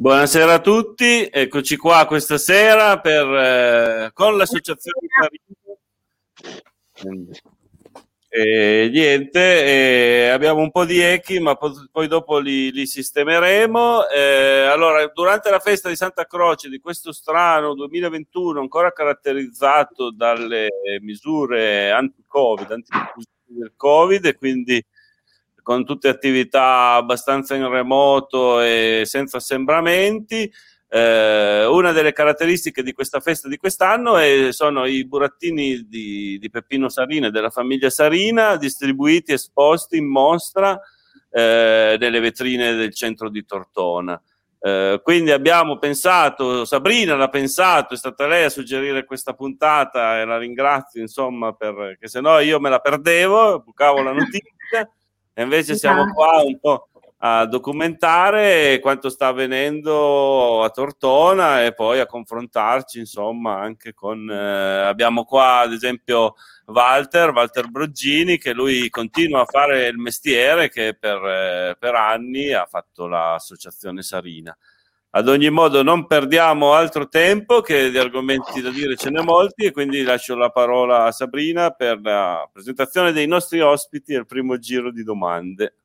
Buonasera a tutti, eccoci qua questa sera con l'associazione Carino. Niente, abbiamo un po' di echi, ma poi dopo li sistemeremo. Allora, durante la festa di Santa Croce di questo strano 2021, ancora caratterizzato dalle misure anti-Covid, del Covid, e quindi con tutte attività abbastanza in remoto e senza assembramenti. Una delle caratteristiche di questa festa di quest'anno sono i burattini di Peppino Sarina e della famiglia Sarina, distribuiti, esposti in mostra nelle vetrine del centro di Tortona. Quindi abbiamo pensato, Sabrina l'ha pensato, è stata lei a suggerire questa puntata e la ringrazio, insomma, perché sennò io me la perdevo, bucavo la notizia. E invece siamo qua un po' a documentare quanto sta avvenendo a Tortona e poi a confrontarci, insomma, anche con abbiamo qua ad esempio Walter Broggini, che lui continua a fare il mestiere che per anni ha fatto l'associazione Sarina. Ad ogni modo non perdiamo altro tempo, che di argomenti da dire ce n'è molti, e quindi lascio la parola a Sabrina per la presentazione dei nostri ospiti e il primo giro di domande.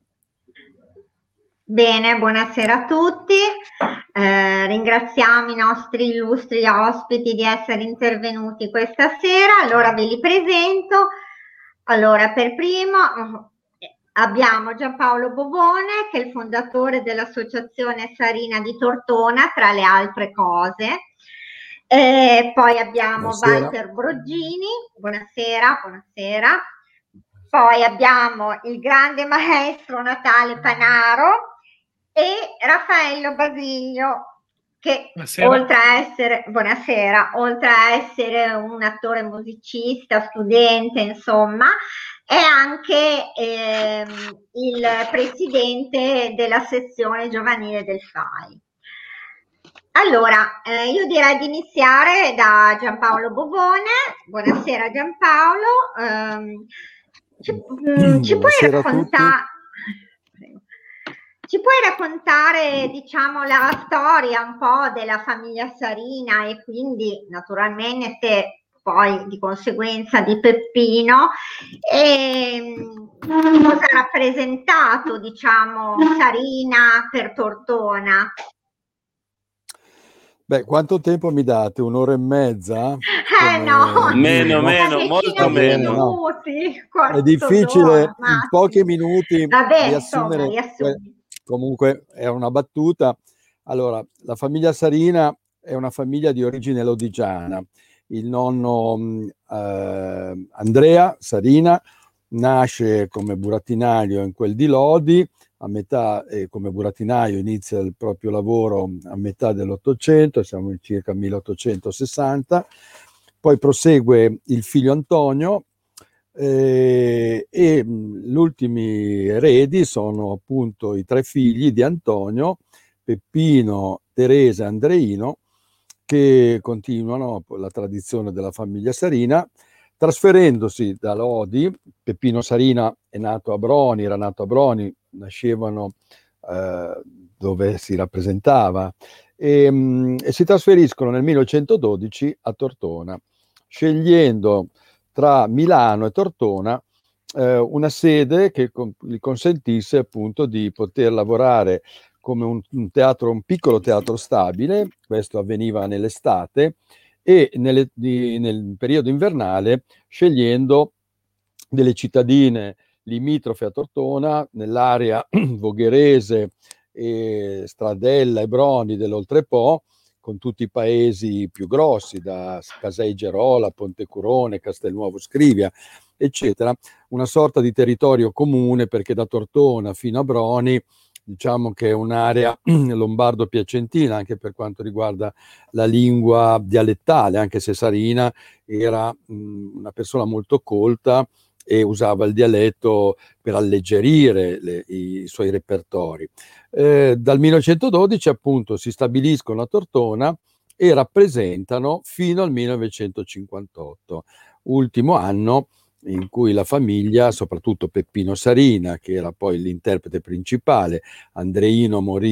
Bene, buonasera a tutti. Ringraziamo i nostri illustri ospiti di essere intervenuti questa sera. Allora ve li presento. Allora, per primo abbiamo Giampaolo Bovone, che è il fondatore dell'Associazione Sarina di Tortona, tra le altre cose. Poi abbiamo Walter Broggini. Buonasera. Poi abbiamo il grande maestro Natale Panaro e Raffaello Basiglio, che oltre a essere un attore musicista, studente, insomma, è anche il presidente della sezione giovanile del FAI. Allora, io direi di iniziare da Giampaolo Bovone. Buonasera Giampaolo. Ci puoi raccontare, diciamo, la storia un po' della famiglia Sarina e quindi naturalmente poi di conseguenza di Peppino, e cosa ha rappresentato, diciamo, Sarina per Tortona? Beh, quanto tempo mi date? Un'ora e mezza? No, meno, molto meno. Minuti, è difficile in pochi minuti riassumere. Comunque è una battuta. Allora, la famiglia Sarina è una famiglia di origine lodigiana. Il nonno Andrea Sarina nasce come burattinaio in quel di Lodi, a metà, come burattinaio inizia il proprio lavoro a metà dell'Ottocento, siamo in circa 1860, poi prosegue il figlio Antonio e gli ultimi eredi sono appunto i tre figli di Antonio, Peppino, Teresa e Andreino, che continuano la tradizione della famiglia Sarina, trasferendosi da Lodi. Peppino Sarina era nato a Broni, nascevano dove si rappresentava, e si trasferiscono nel 1912 a Tortona, scegliendo tra Milano e Tortona una sede che gli consentisse appunto di poter lavorare come un piccolo teatro stabile. Questo avveniva nell'estate, e nel periodo invernale scegliendo delle cittadine limitrofe a Tortona, nell'area vogherese, Stradella e Broni dell'Oltrepo, con tutti i paesi più grossi, da Casei Gerola, Pontecurone, Castelnuovo Scrivia, eccetera, una sorta di territorio comune, perché da Tortona fino a Broni diciamo che è un'area lombardo-piacentina anche per quanto riguarda la lingua dialettale, anche se Sarina era una persona molto colta e usava il dialetto per alleggerire i suoi repertori. Dal 1912 appunto si stabiliscono a Tortona e rappresentano fino al 1958, ultimo anno in cui la famiglia, soprattutto Peppino Sarina, che era poi l'interprete principale, Andreino morì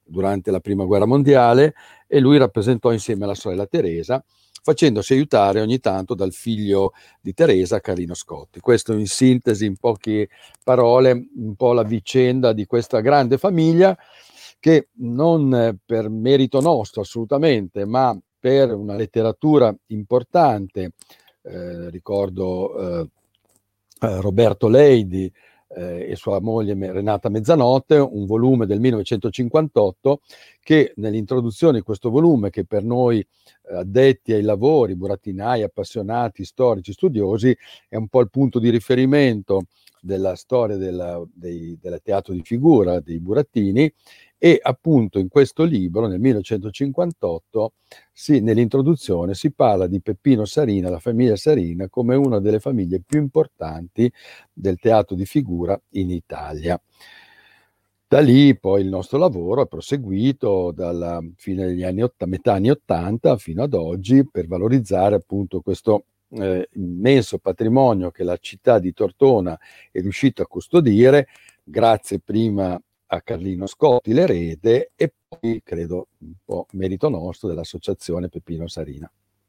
durante la Prima Guerra Mondiale, e lui rappresentò insieme alla sorella Teresa, facendosi aiutare ogni tanto dal figlio di Teresa, Carlino Scotti. Questo in sintesi, in poche parole, un po' la vicenda di questa grande famiglia che non per merito nostro assolutamente, ma per una letteratura importante, ricordo Roberto Leidi e sua moglie Renata Mezzanotte, un volume del 1958 che nell'introduzione di questo volume, che per noi addetti ai lavori, burattinai, appassionati, storici, studiosi, è un po' il punto di riferimento della storia del teatro di figura dei burattini, e appunto in questo libro, nel 1958, nell'introduzione si parla di Peppino Sarina, la famiglia Sarina, come una delle famiglie più importanti del teatro di figura in Italia. Da lì poi il nostro lavoro è proseguito dalla fine degli metà anni 80 fino ad oggi, per valorizzare appunto questo immenso patrimonio che la città di Tortona è riuscita a custodire, grazie prima a Carlino Scotti, l'erede, e poi credo un po' merito nostro dell'associazione Peppino Sarina.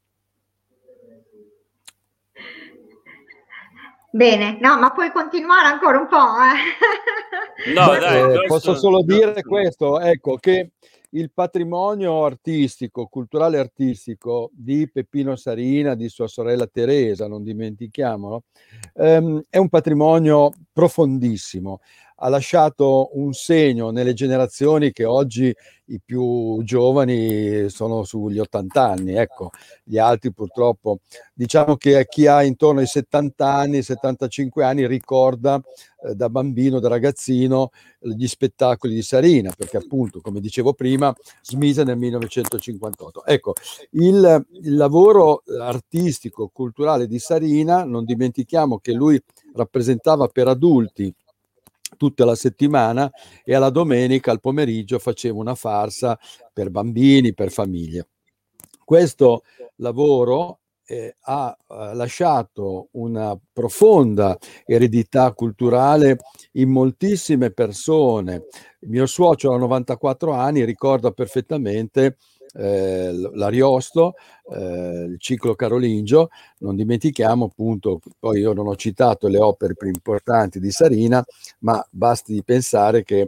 Bene, no, ma puoi continuare ancora un po'. No, dai, posso solo dire questo, ecco, che il patrimonio artistico, culturale artistico di Peppino Sarina, di sua sorella Teresa, non dimentichiamolo, è un patrimonio profondissimo. Ha lasciato un segno nelle generazioni che oggi i più giovani sono sugli 80 anni, ecco, gli altri purtroppo, diciamo che chi ha intorno ai 70 anni, 75 anni ricorda da bambino, da ragazzino, gli spettacoli di Sarina, perché appunto, come dicevo prima, smise nel 1958. Ecco, il lavoro artistico, culturale di Sarina, non dimentichiamo che lui rappresentava per adulti tutta la settimana, e alla domenica al pomeriggio faceva una farsa per bambini, per famiglie. Questo lavoro ha lasciato una profonda eredità culturale in moltissime persone. Il mio suocero a 94 anni ricorda perfettamente l'Ariosto, il ciclo carolingio. Non dimentichiamo appunto, poi io non ho citato le opere più importanti di Sarina, ma basti pensare che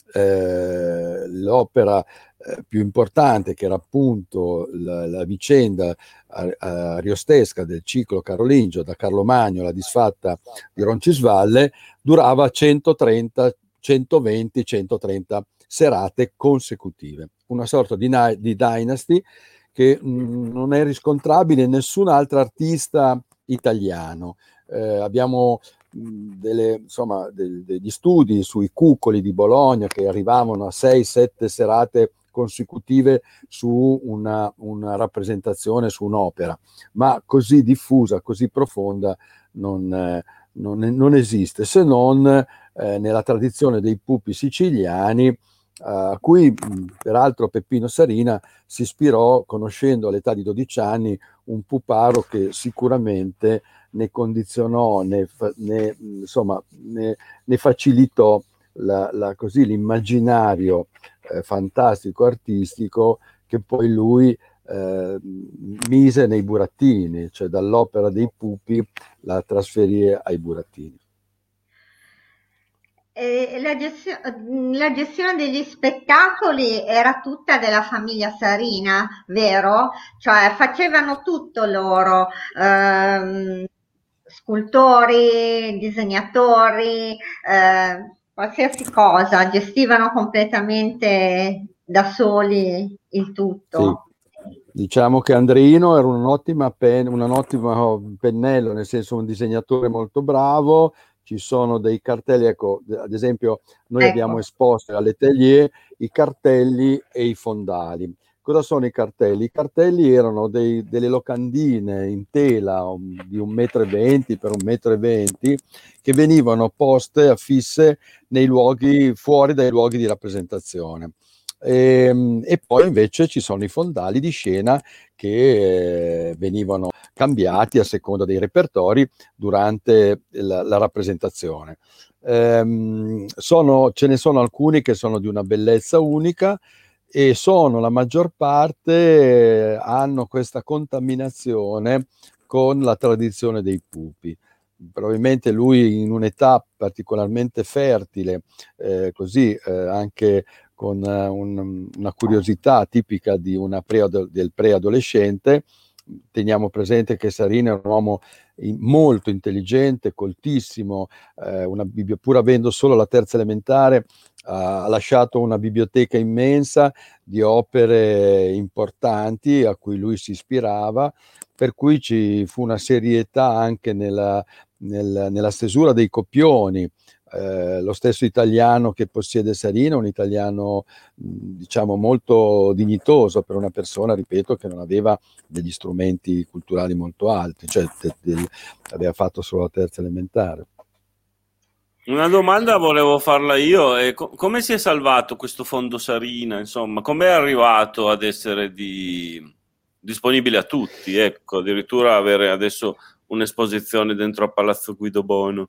l'opera più importante, che era appunto la vicenda ariostesca del ciclo carolingio da Carlo Magno alla disfatta di Roncisvalle, durava 130, 120, 130 serate consecutive, una sorta di dynasty che non è riscontrabile in nessun altro artista italiano. Abbiamo degli studi sui cuccoli di Bologna che arrivavano a 6-7 serate consecutive su una rappresentazione, su un'opera, ma così diffusa, così profonda non esiste, se non nella tradizione dei pupi siciliani, a cui peraltro Peppino Sarina si ispirò conoscendo all'età di 12 anni un puparo che sicuramente ne condizionò, ne facilitò l'immaginario fantastico artistico che poi lui mise nei burattini, cioè dall'opera dei pupi la trasferì ai burattini. La gestione degli spettacoli era tutta della famiglia Sarina, vero? Cioè facevano tutto loro, scultori, disegnatori, qualsiasi cosa, gestivano completamente da soli il tutto. Sì. Diciamo che Andreino era un ottimo pennello, nel senso un disegnatore molto bravo. Ci sono dei cartelli, ecco, ad esempio noi abbiamo esposto all'Atelier i cartelli e i fondali. Cosa sono i cartelli? I cartelli erano delle locandine in tela di 1,20 m per 1,20 m che venivano poste affisse nei luoghi, fuori dai luoghi di rappresentazione. E poi invece ci sono i fondali di scena che venivano cambiati a seconda dei repertori durante la rappresentazione. Ce ne sono alcuni che sono di una bellezza unica e la maggior parte hanno questa contaminazione con la tradizione dei pupi. Probabilmente lui in un'età particolarmente fertile, così anche con una curiosità tipica di del preadolescente. Teniamo presente che Sarina è un uomo molto intelligente, coltissimo, pur avendo solo la terza elementare, ha lasciato una biblioteca immensa di opere importanti a cui lui si ispirava, per cui ci fu una serietà anche nella stesura dei copioni. Lo stesso italiano che possiede Sarina, un italiano diciamo molto dignitoso per una persona, ripeto, che non aveva degli strumenti culturali molto alti, cioè aveva fatto solo la terza elementare. Una domanda volevo farla io, come si è salvato questo fondo Sarina, insomma, come è arrivato ad essere disponibile a tutti, ecco, addirittura avere adesso un'esposizione dentro a Palazzo Guido Bono?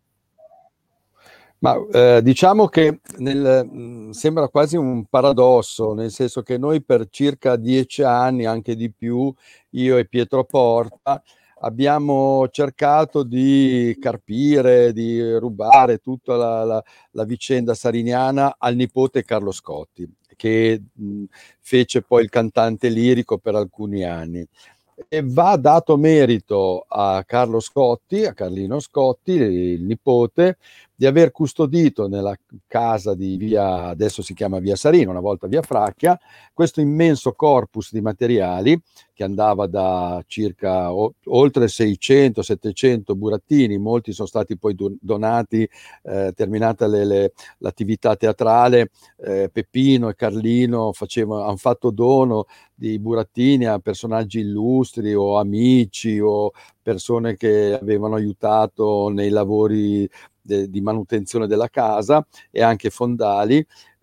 Ma diciamo che sembra quasi un paradosso, nel senso che noi per circa 10 anni, anche di più, io e Pietro Porta, abbiamo cercato di carpire, di rubare tutta la vicenda sariniana al nipote Carlo Scotti, che fece poi il cantante lirico per alcuni anni. E va dato merito a Carlo Scotti, a Carlino Scotti, il nipote, di aver custodito nella casa di via, adesso si chiama via Sarina, una volta via Fracchia, questo immenso corpus di materiali che andava da circa oltre 600-700 burattini, molti sono stati poi donati, terminata l'attività teatrale, Peppino e Carlino hanno fatto dono di burattini a personaggi illustri o amici o persone che avevano aiutato nei lavori di manutenzione della casa e anche fondali.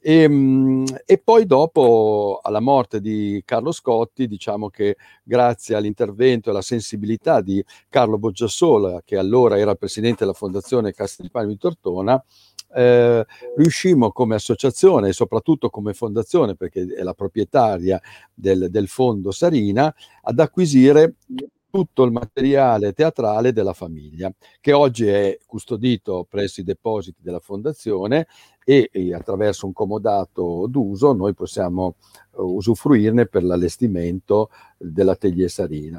E poi dopo, alla morte di Carlo Scotti, diciamo che grazie all'intervento e alla sensibilità di Carlo Boggiassola, che allora era presidente della Fondazione Castelpano di Tortona, riuscimmo come associazione e soprattutto come fondazione, perché è la proprietaria del fondo Sarina, ad acquisire tutto il materiale teatrale della famiglia, che oggi è custodito presso i depositi della fondazione e attraverso un comodato d'uso noi possiamo usufruirne per l'allestimento dell'atelier Sarina.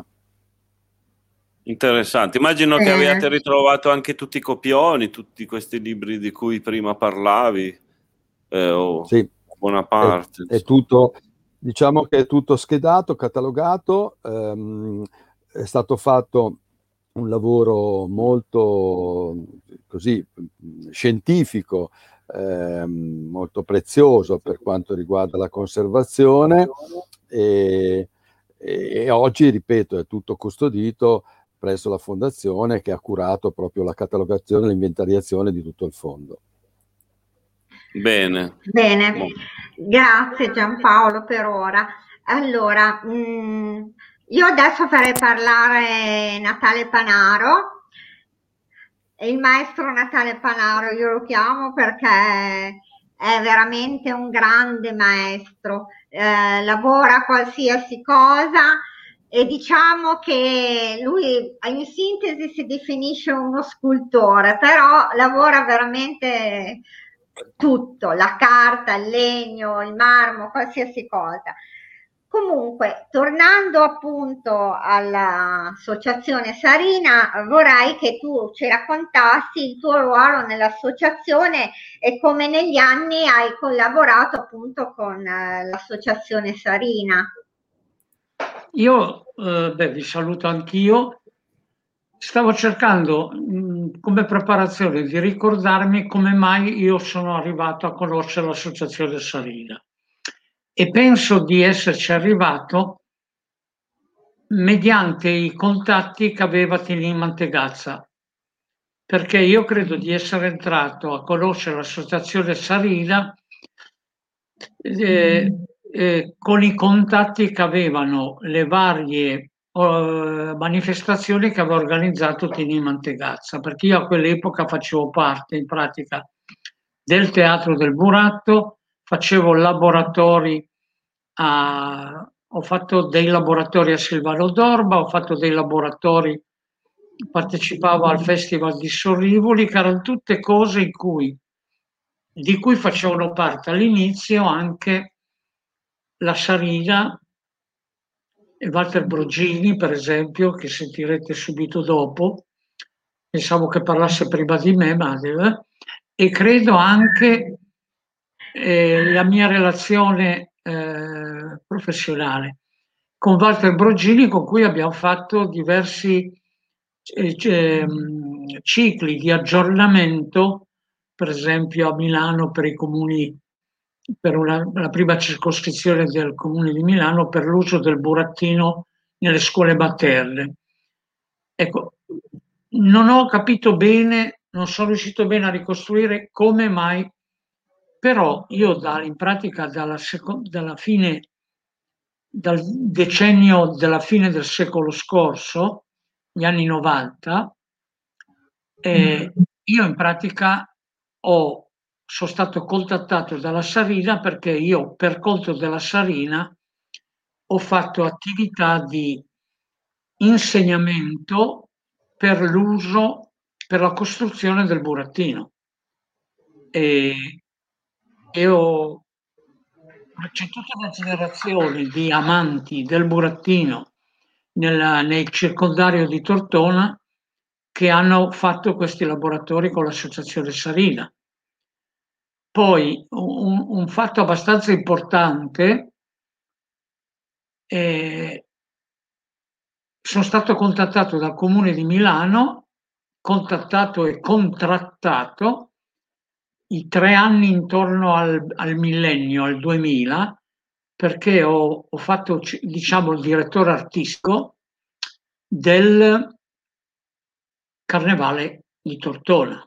Interessante, immagino che abbiate ritrovato anche tutti i copioni, tutti questi libri di cui prima parlavi, sì, buona parte. È tutto, diciamo che è tutto schedato, catalogato, è stato fatto un lavoro molto così scientifico, molto prezioso per quanto riguarda la conservazione e oggi, ripeto, è tutto custodito presso la fondazione che ha curato proprio la catalogazione e l'inventariazione di tutto il fondo. Bene. Grazie Giampaolo per ora. Allora, io adesso farei parlare Natale Panaro, il maestro Natale Panaro, io lo chiamo perché è veramente un grande maestro, lavora qualsiasi cosa e diciamo che lui in sintesi si definisce uno scultore, però lavora veramente tutto, la carta, il legno, il marmo, qualsiasi cosa. Comunque, tornando appunto all'associazione Sarina, vorrei che tu ci raccontassi il tuo ruolo nell'associazione e come negli anni hai collaborato appunto con l'associazione Sarina. Io vi saluto anch'io. Stavo cercando come preparazione di ricordarmi come mai io sono arrivato a conoscere l'associazione Sarina e penso di esserci arrivato mediante i contatti che aveva Tinin Mantegazza, perché io credo di essere entrato a conoscere l'associazione Sarina con i contatti che avevano le varie manifestazioni che aveva organizzato Tini Mantegazza, perché io a quell'epoca facevo parte in pratica del Teatro del Buratto, facevo laboratori ho fatto dei laboratori a Silvano d'Orba, ho fatto dei laboratori, partecipavo al Festival di Sorrivoli, che erano tutte cose di cui facevano parte all'inizio anche la Sarina e Walter Brogini, per esempio, che sentirete subito dopo. Pensavo che parlasse prima di me, ma e credo anche la mia relazione professionale con Walter Brogini, con cui abbiamo fatto diversi cicli di aggiornamento, per esempio a Milano per i comuni, per la prima circoscrizione del comune di Milano per l'uso del burattino nelle scuole materne. Ecco, non ho capito bene, non sono riuscito bene a ricostruire come mai, però io in pratica dalla fine, dal decennio della fine del secolo scorso, gli anni 90, io in pratica sono stato contattato dalla Sarina perché io per conto della Sarina ho fatto attività di insegnamento per l'uso, per la costruzione del burattino. E c'è tutta una generazione di amanti del burattino nel circondario di Tortona che hanno fatto questi laboratori con l'associazione Sarina. Poi un fatto abbastanza importante, sono stato contattato dal Comune di Milano, contattato e contrattato i 3 anni intorno al millennio, al 2000, perché ho fatto, diciamo, il direttore artistico del Carnevale di Tortona.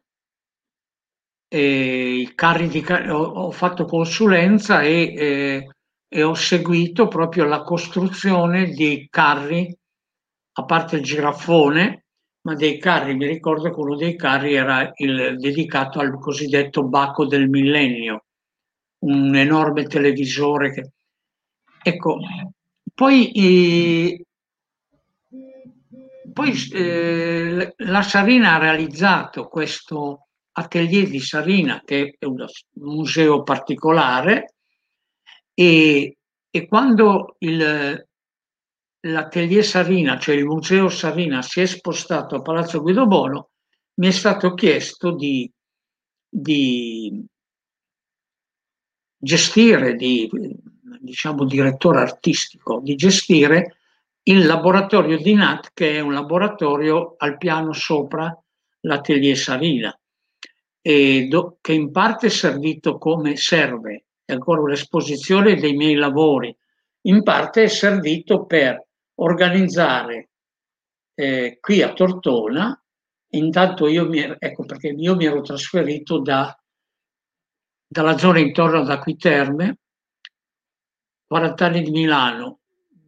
I carri ho fatto consulenza e ho seguito proprio la costruzione dei carri, a parte il giraffone, ma dei carri. Mi ricordo che uno dei carri era dedicato al cosiddetto Bacco del Millennio, un enorme televisore. Ecco, poi la Sarina ha realizzato questo Atelier di Sarina, che è un museo particolare, e quando l'Atelier Sarina, cioè il Museo Sarina, si è spostato a Palazzo Guidobono, mi è stato chiesto di gestire, diciamo direttore artistico, di gestire il laboratorio di Nat, che è un laboratorio al piano sopra l'Atelier Sarina, che in parte è servito come serve, è ancora un'esposizione dei miei lavori, in parte è servito per organizzare qui a Tortona. Intanto perché io mi ero trasferito dalla zona intorno ad Acquiterme, 40 anni di Milano,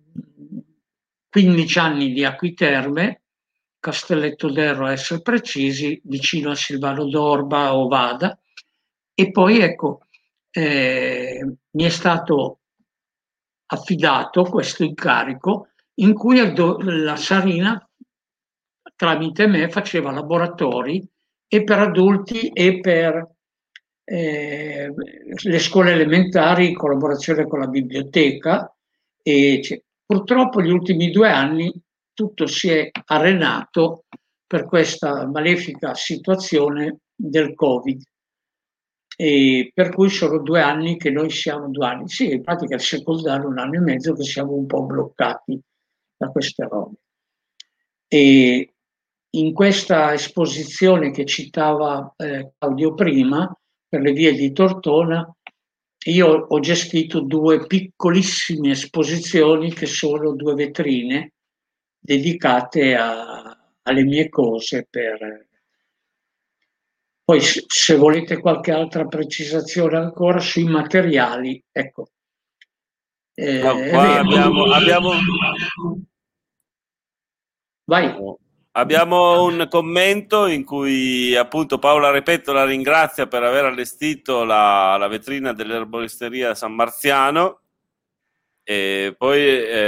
15 anni di Acquiterme, Castelletto d'Erro a essere precisi, vicino a Silvano d'Orba o Vada, e poi ecco, mi è stato affidato questo incarico in cui la Sarina tramite me faceva laboratori e per adulti e per le scuole elementari in collaborazione con la biblioteca, e purtroppo gli ultimi 2 anni tutto si è arenato per questa malefica situazione del Covid, e per cui sono 2 anni che noi siamo 2 anni, sì, in pratica il secondario 1 anno e mezzo che siamo un po' bloccati da queste robe. E in questa esposizione che citava Claudio prima, per le vie di Tortona, io ho gestito 2 piccolissime esposizioni che sono 2 vetrine dedicate alle mie cose Poi se volete qualche altra precisazione ancora sui materiali, ecco. No, qua Vai. abbiamo un commento in cui appunto Paola Repetto la ringrazia per aver allestito la vetrina dell'erboristeria San Marziano. E poi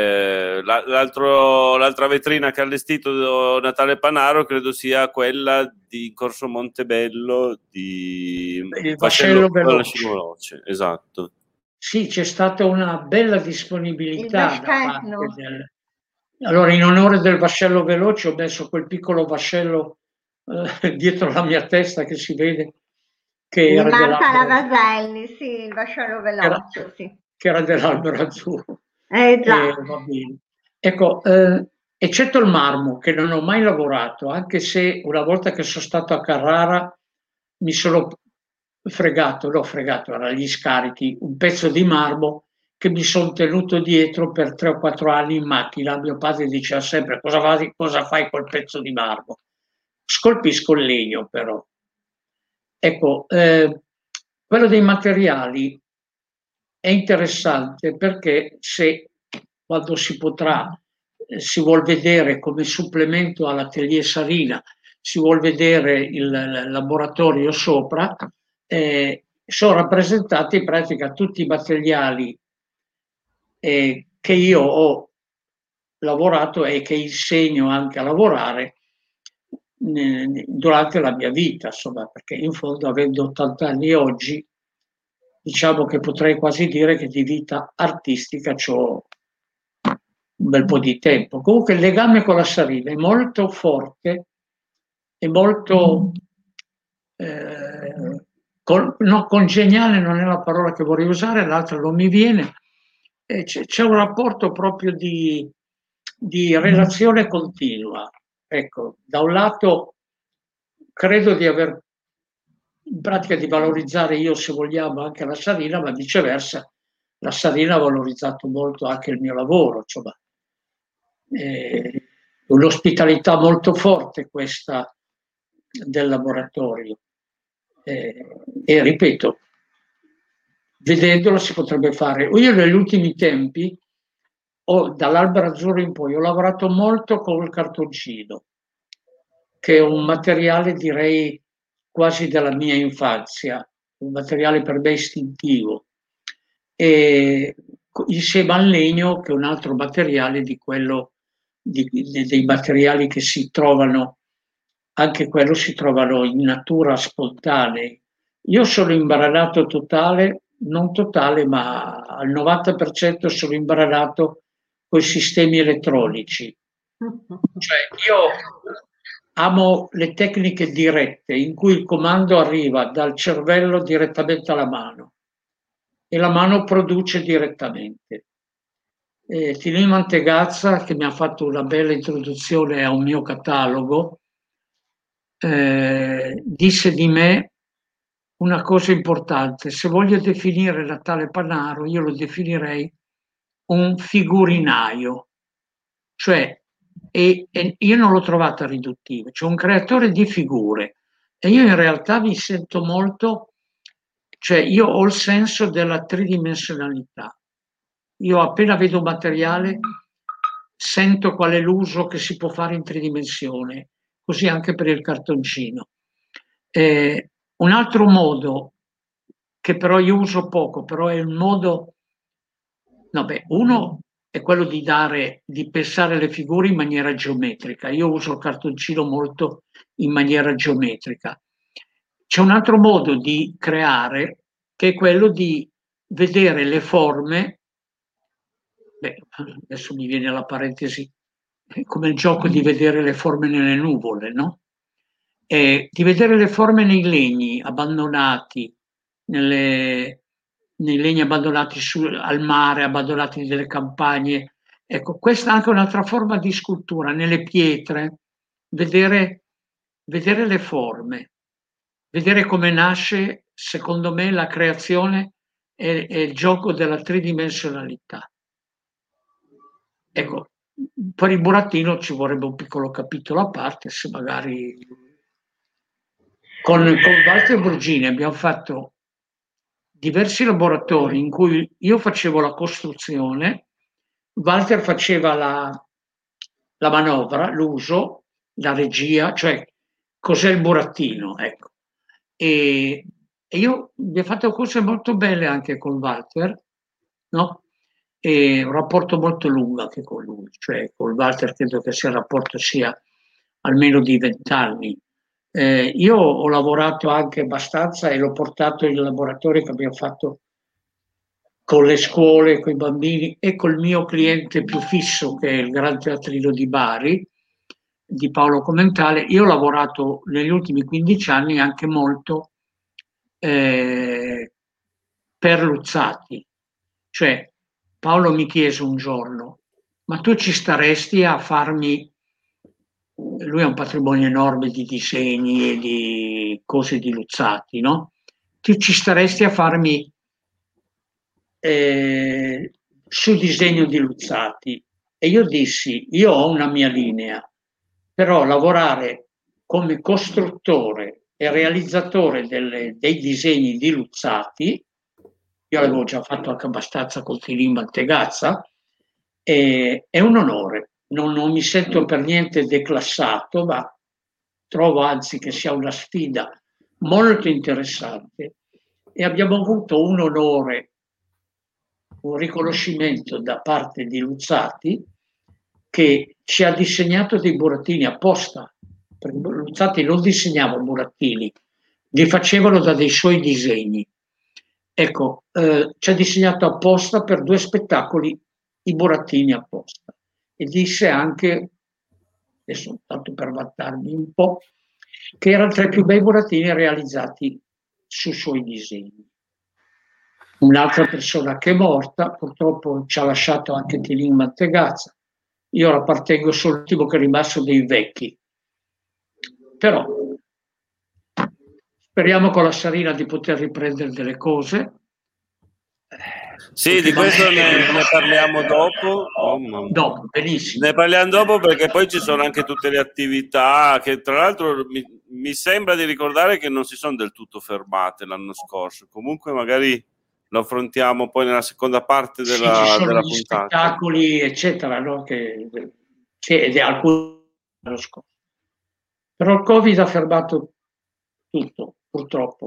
l'altra vetrina che ha allestito Natale Panaro credo sia quella di Corso Montebello di Il vascello veloce. Esatto. Sì, c'è stata una bella Il disponibilità da parte vascello. Allora, in onore del vascello veloce ho messo quel piccolo vascello dietro la mia testa che si vede che Di era Marta dell'albero, Lavaselli, sì, il vascello veloce, sì. che era dell'albero azzurro. Già. Va bene. Ecco, eccetto il marmo, che non ho mai lavorato, anche se una volta che sono stato a Carrara mi sono l'ho fregato, erano gli scarichi, un pezzo di marmo che mi sono tenuto dietro per 3 o 4 anni in macchina. Mio padre diceva sempre: cosa fai col pezzo di marmo? Scolpisco il legno, però. Ecco, quello dei materiali è interessante perché se quando si potrà, si vuol vedere come supplemento all'Atelier Sarina, si vuol vedere il laboratorio sopra, sono rappresentati in pratica tutti i materiali che io ho lavorato e che insegno anche a lavorare durante la mia vita, insomma, perché in fondo, avendo 80 anni oggi, diciamo che potrei quasi dire che di vita artistica c'ho un bel po' di tempo. Comunque il legame con la Sarina è molto forte e molto no, congeniale non è la parola che vorrei usare, l'altra non mi viene. C'è un rapporto proprio di relazione continua. Ecco, da un lato credo di aver in pratica di valorizzare io, se vogliamo, anche la Sarina, ma viceversa la Sarina ha valorizzato molto anche il mio lavoro, insomma. Un'ospitalità molto forte questa del laboratorio. E ripeto, vedendolo si potrebbe fare. Io negli ultimi tempi, dall'Albero Azzurro in poi, ho lavorato molto con il cartoncino, che è un materiale, direi, quasi della mia infanzia, un materiale per me istintivo, e insieme al legno, che è un altro materiale di quello, dei materiali che si trovano, anche quello si trovano in natura spontanei. Io sono imbaranato totale, non totale, ma al 90% sono imbaranato con i sistemi elettronici. Cioè, io amo le tecniche dirette in cui il comando arriva dal cervello direttamente alla mano e la mano produce direttamente. Tino Mantegazza, che mi ha fatto una bella introduzione a un mio catalogo, disse di me una cosa importante: se voglio definire Natale Panaro, io lo definirei un figurinaio, cioè e io non l'ho trovata riduttiva, cioè un creatore di figure. E io in realtà mi sento molto, cioè io ho il senso della tridimensionalità. Io appena vedo un materiale sento qual è l'uso che si può fare in tridimensione, così anche per il cartoncino. Un altro modo che però io uso poco, però è un modo, no, beh, uno è quello di pensare le figure in maniera geometrica. Io uso il cartoncino molto in maniera geometrica. C'è un altro modo di creare, che è quello di vedere le forme. Beh, adesso mi viene la parentesi, come il gioco di vedere le forme nelle nuvole, no? Di vedere le forme nei legni abbandonati, nei legni abbandonati al mare, abbandonati nelle campagne. Ecco, questa è anche un'altra forma di scultura, nelle pietre, vedere le forme, vedere come nasce, secondo me, la creazione e il gioco della tridimensionalità. Ecco, per il burattino ci vorrebbe un piccolo capitolo a parte, se magari... con Walter Brugini abbiamo fatto diversi laboratori in cui io facevo la costruzione, Walter faceva la manovra, l'uso, la regia, cioè cos'è il burattino, ecco. E io abbiamo fatto cose molto belle anche con Walter, no? E un rapporto molto lungo anche con lui, cioè con Walter credo che sia il rapporto sia almeno di 20 anni. Io ho lavorato anche abbastanza e l'ho portato in laboratori che abbiamo fatto con le scuole, con i bambini e col mio cliente più fisso che è il Gran Teatrino di Bari, di Paolo Commentale. Io ho lavorato negli ultimi 15 anni anche molto per Luzzati, cioè Paolo mi chiese un giorno, ma tu ci staresti a farmi, lui ha un patrimonio enorme di disegni e di cose di Luzzati, no? Tu ci staresti a farmi sul disegno di Luzzati? E io dissi, io ho una mia linea, però lavorare come costruttore e realizzatore dei disegni di Luzzati, io l'avevo già fatto anche abbastanza con Filin Mantegazza, è un onore. Non mi sento per niente declassato, ma trovo anzi che sia una sfida molto interessante e abbiamo avuto un onore, un riconoscimento da parte di Luzzati che ci ha disegnato dei burattini apposta, perché Luzzati non disegnava burattini, li facevano da dei suoi disegni. Ecco, ci ha disegnato apposta per 2 spettacoli i burattini apposta e disse anche, adesso tanto per vantarmi un po', che erano tra i più bei burattini realizzati sui suoi disegni. Un'altra persona che è morta, purtroppo ci ha lasciato anche Tilin Mantegazza. Io appartengo solo all'ultimo che è rimasto dei vecchi. Però speriamo con la Sarina di poter riprendere delle cose. Sì, di questo ne parliamo dopo. Dopo, benissimo. Ne parliamo dopo perché poi ci sono anche tutte le attività che tra l'altro mi sembra di ricordare che non si sono del tutto fermate l'anno scorso. Comunque magari lo affrontiamo poi nella seconda parte della, sì, ci sono della gli puntata. Spettacoli, eccetera, no? Ed è alcuni l'anno scorso. Però il Covid ha fermato tutto, purtroppo.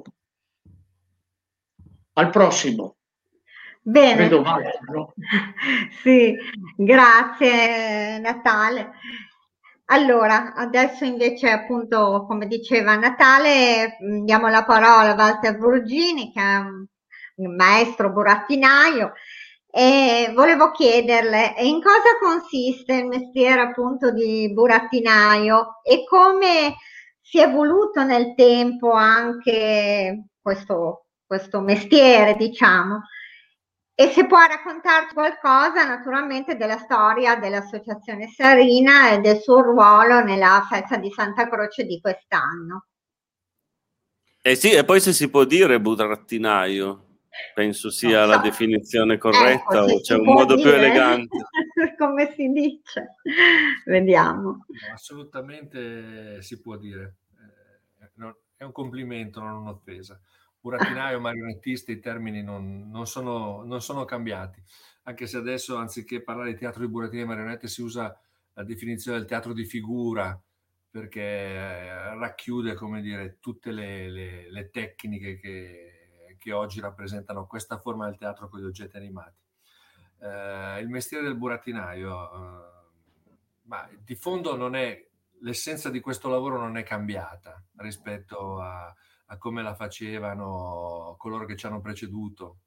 Al prossimo. Bene. Credo Walter, no? Sì, grazie Natale. Allora, adesso invece appunto, come diceva Natale, diamo la parola a Walter Brugini, che è un maestro burattinaio, e volevo chiederle in cosa consiste il mestiere appunto di burattinaio e come si è evoluto nel tempo anche questo mestiere, diciamo. E se può raccontarci qualcosa naturalmente della storia dell'Associazione Sarina e del suo ruolo nella festa di Santa Croce di quest'anno. Sì, e poi se si può dire burattinaio, penso sia la definizione corretta, ecco, o c'è un modo più elegante. Come si dice? Vediamo. No, assolutamente si può dire. È un complimento, non un'offesa. Burattinaio, marionettista, i termini non sono cambiati, anche se adesso anziché parlare di teatro di burattini e marionette si usa la definizione del teatro di figura, perché racchiude, come dire, tutte le tecniche che oggi rappresentano questa forma del teatro con gli oggetti animati. Il mestiere del burattinaio, ma di fondo non è, l'essenza di questo lavoro non è cambiata rispetto a come la facevano coloro che ci hanno preceduto,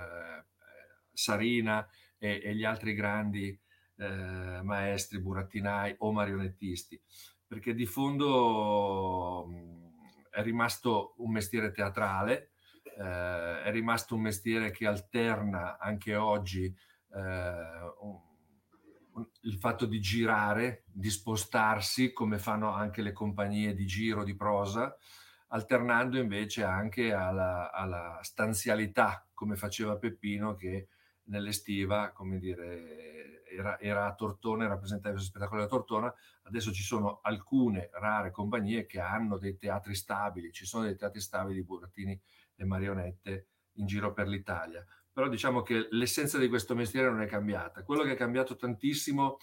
Sarina e gli altri grandi maestri burattinai o marionettisti, perché di fondo è rimasto un mestiere teatrale, è rimasto un mestiere che alterna anche oggi il fatto di girare, di spostarsi, come fanno anche le compagnie di giro di prosa, alternando invece anche alla stanzialità, come faceva Peppino, che nell'estiva, come dire, era a Tortona, rappresentava il spettacolo da Tortona. Adesso ci sono alcune rare compagnie che hanno dei teatri stabili, ci sono dei teatri stabili di burattini e marionette in giro per l'Italia. Però diciamo che l'essenza di questo mestiere non è cambiata. Quello che è cambiato tantissimo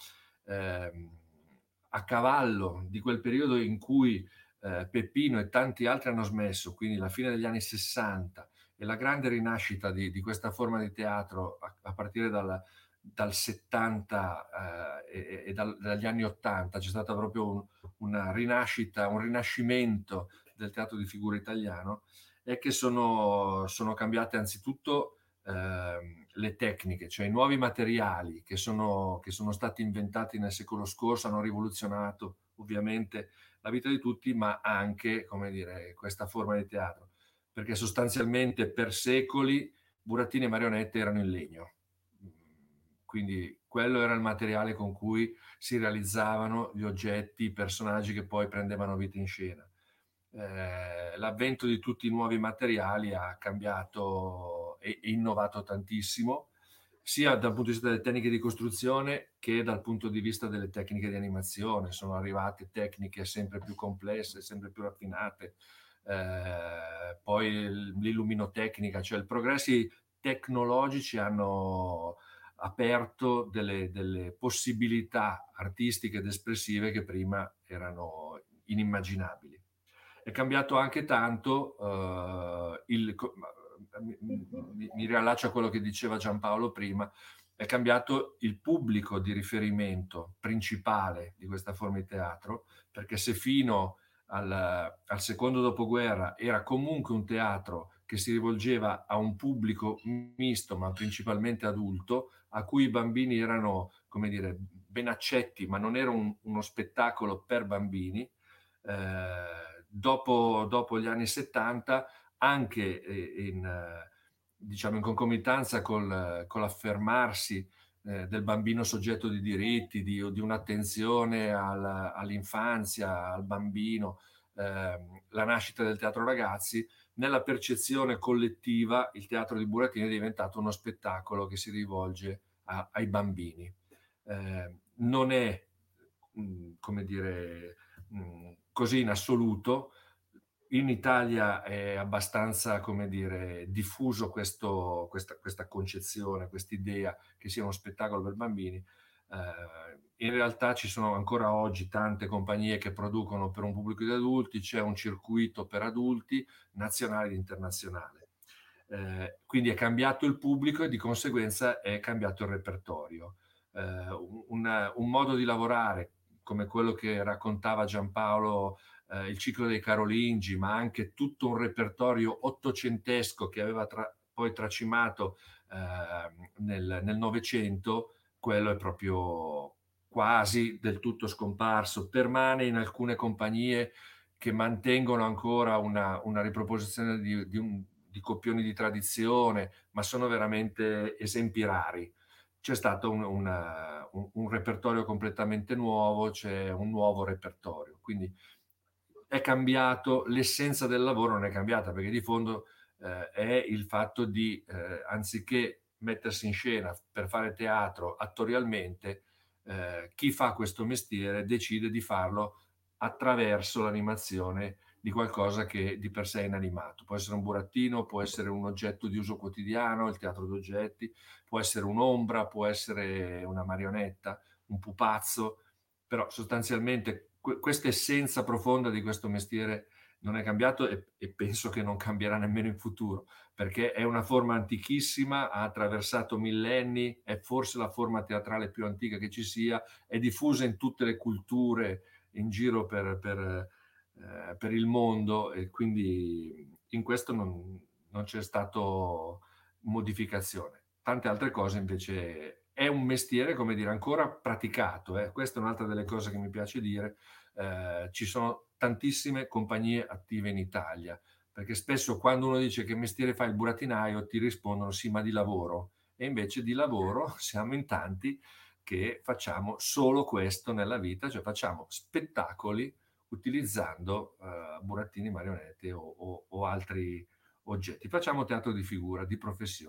a cavallo di quel periodo in cui Peppino e tanti altri hanno smesso, quindi la fine degli anni 60 e la grande rinascita di questa forma di teatro a partire dal 70 dagli anni 80, c'è stata proprio una rinascita, un rinascimento del teatro di figura italiano, è che sono cambiate anzitutto le tecniche, cioè i nuovi materiali che sono stati inventati nel secolo scorso hanno rivoluzionato ovviamente la vita di tutti, ma anche, come dire, questa forma di teatro, perché sostanzialmente per secoli burattini e marionette erano in legno, quindi quello era il materiale con cui si realizzavano gli oggetti, i personaggi che poi prendevano vita in scena. L'avvento di tutti i nuovi materiali ha cambiato e innovato tantissimo, sia dal punto di vista delle tecniche di costruzione che dal punto di vista delle tecniche di animazione. Sono arrivate tecniche sempre più complesse, sempre più raffinate, poi l'illuminotecnica, cioè i progressi tecnologici hanno aperto delle possibilità artistiche ed espressive che prima erano inimmaginabili. È cambiato anche tanto mi riallaccio a quello che diceva Giampaolo prima, è cambiato il pubblico di riferimento principale di questa forma di teatro, perché se fino al secondo dopoguerra era comunque un teatro che si rivolgeva a un pubblico misto, ma principalmente adulto, a cui i bambini erano, come dire, ben accetti, ma non era uno spettacolo per bambini. Dopo gli anni 70, anche diciamo in concomitanza con l'affermarsi del bambino soggetto di diritti, di un'attenzione all'infanzia, al bambino, la nascita del teatro ragazzi, nella percezione collettiva il teatro di burattini è diventato uno spettacolo che si rivolge ai bambini. Non è, come dire, così in assoluto. In Italia è abbastanza, come dire, diffuso questa concezione, quest'idea che sia uno spettacolo per bambini. In realtà ci sono ancora oggi tante compagnie che producono per un pubblico di adulti, c'è un circuito per adulti nazionale ed internazionale. Quindi è cambiato il pubblico e di conseguenza è cambiato il repertorio. Un modo di lavorare come quello che raccontava Giampaolo, il ciclo dei Carolingi, ma anche tutto un repertorio ottocentesco che aveva poi tracimato nel Novecento, quello è proprio quasi del tutto scomparso. Permane in alcune compagnie che mantengono ancora una riproposizione di copioni di tradizione, ma sono veramente esempi rari. C'è stato un repertorio completamente nuovo, c'è un nuovo repertorio, quindi è cambiato, l'essenza del lavoro non è cambiata, perché di fondo è il fatto di, anziché mettersi in scena per fare teatro attorialmente, chi fa questo mestiere decide di farlo attraverso l'animazione di qualcosa che di per sé è inanimato. Può essere un burattino, può essere un oggetto di uso quotidiano, il teatro d'oggetti, può essere un'ombra, può essere una marionetta, un pupazzo, però sostanzialmente questa essenza profonda di questo mestiere non è cambiato e penso che non cambierà nemmeno in futuro, perché è una forma antichissima, ha attraversato millenni, è forse la forma teatrale più antica che ci sia, è diffusa in tutte le culture in giro per il mondo e quindi in questo non c'è stato modificazione. Tante altre cose invece è un mestiere, come dire, ancora praticato. Questa è un'altra delle cose che mi piace dire. Ci sono tantissime compagnie attive in Italia, perché spesso quando uno dice che mestiere fa il burattinaio ti rispondono sì, ma di lavoro. E invece di lavoro siamo in tanti che facciamo solo questo nella vita, cioè facciamo spettacoli utilizzando burattini, marionette o altri oggetti. Facciamo teatro di figura, di professione.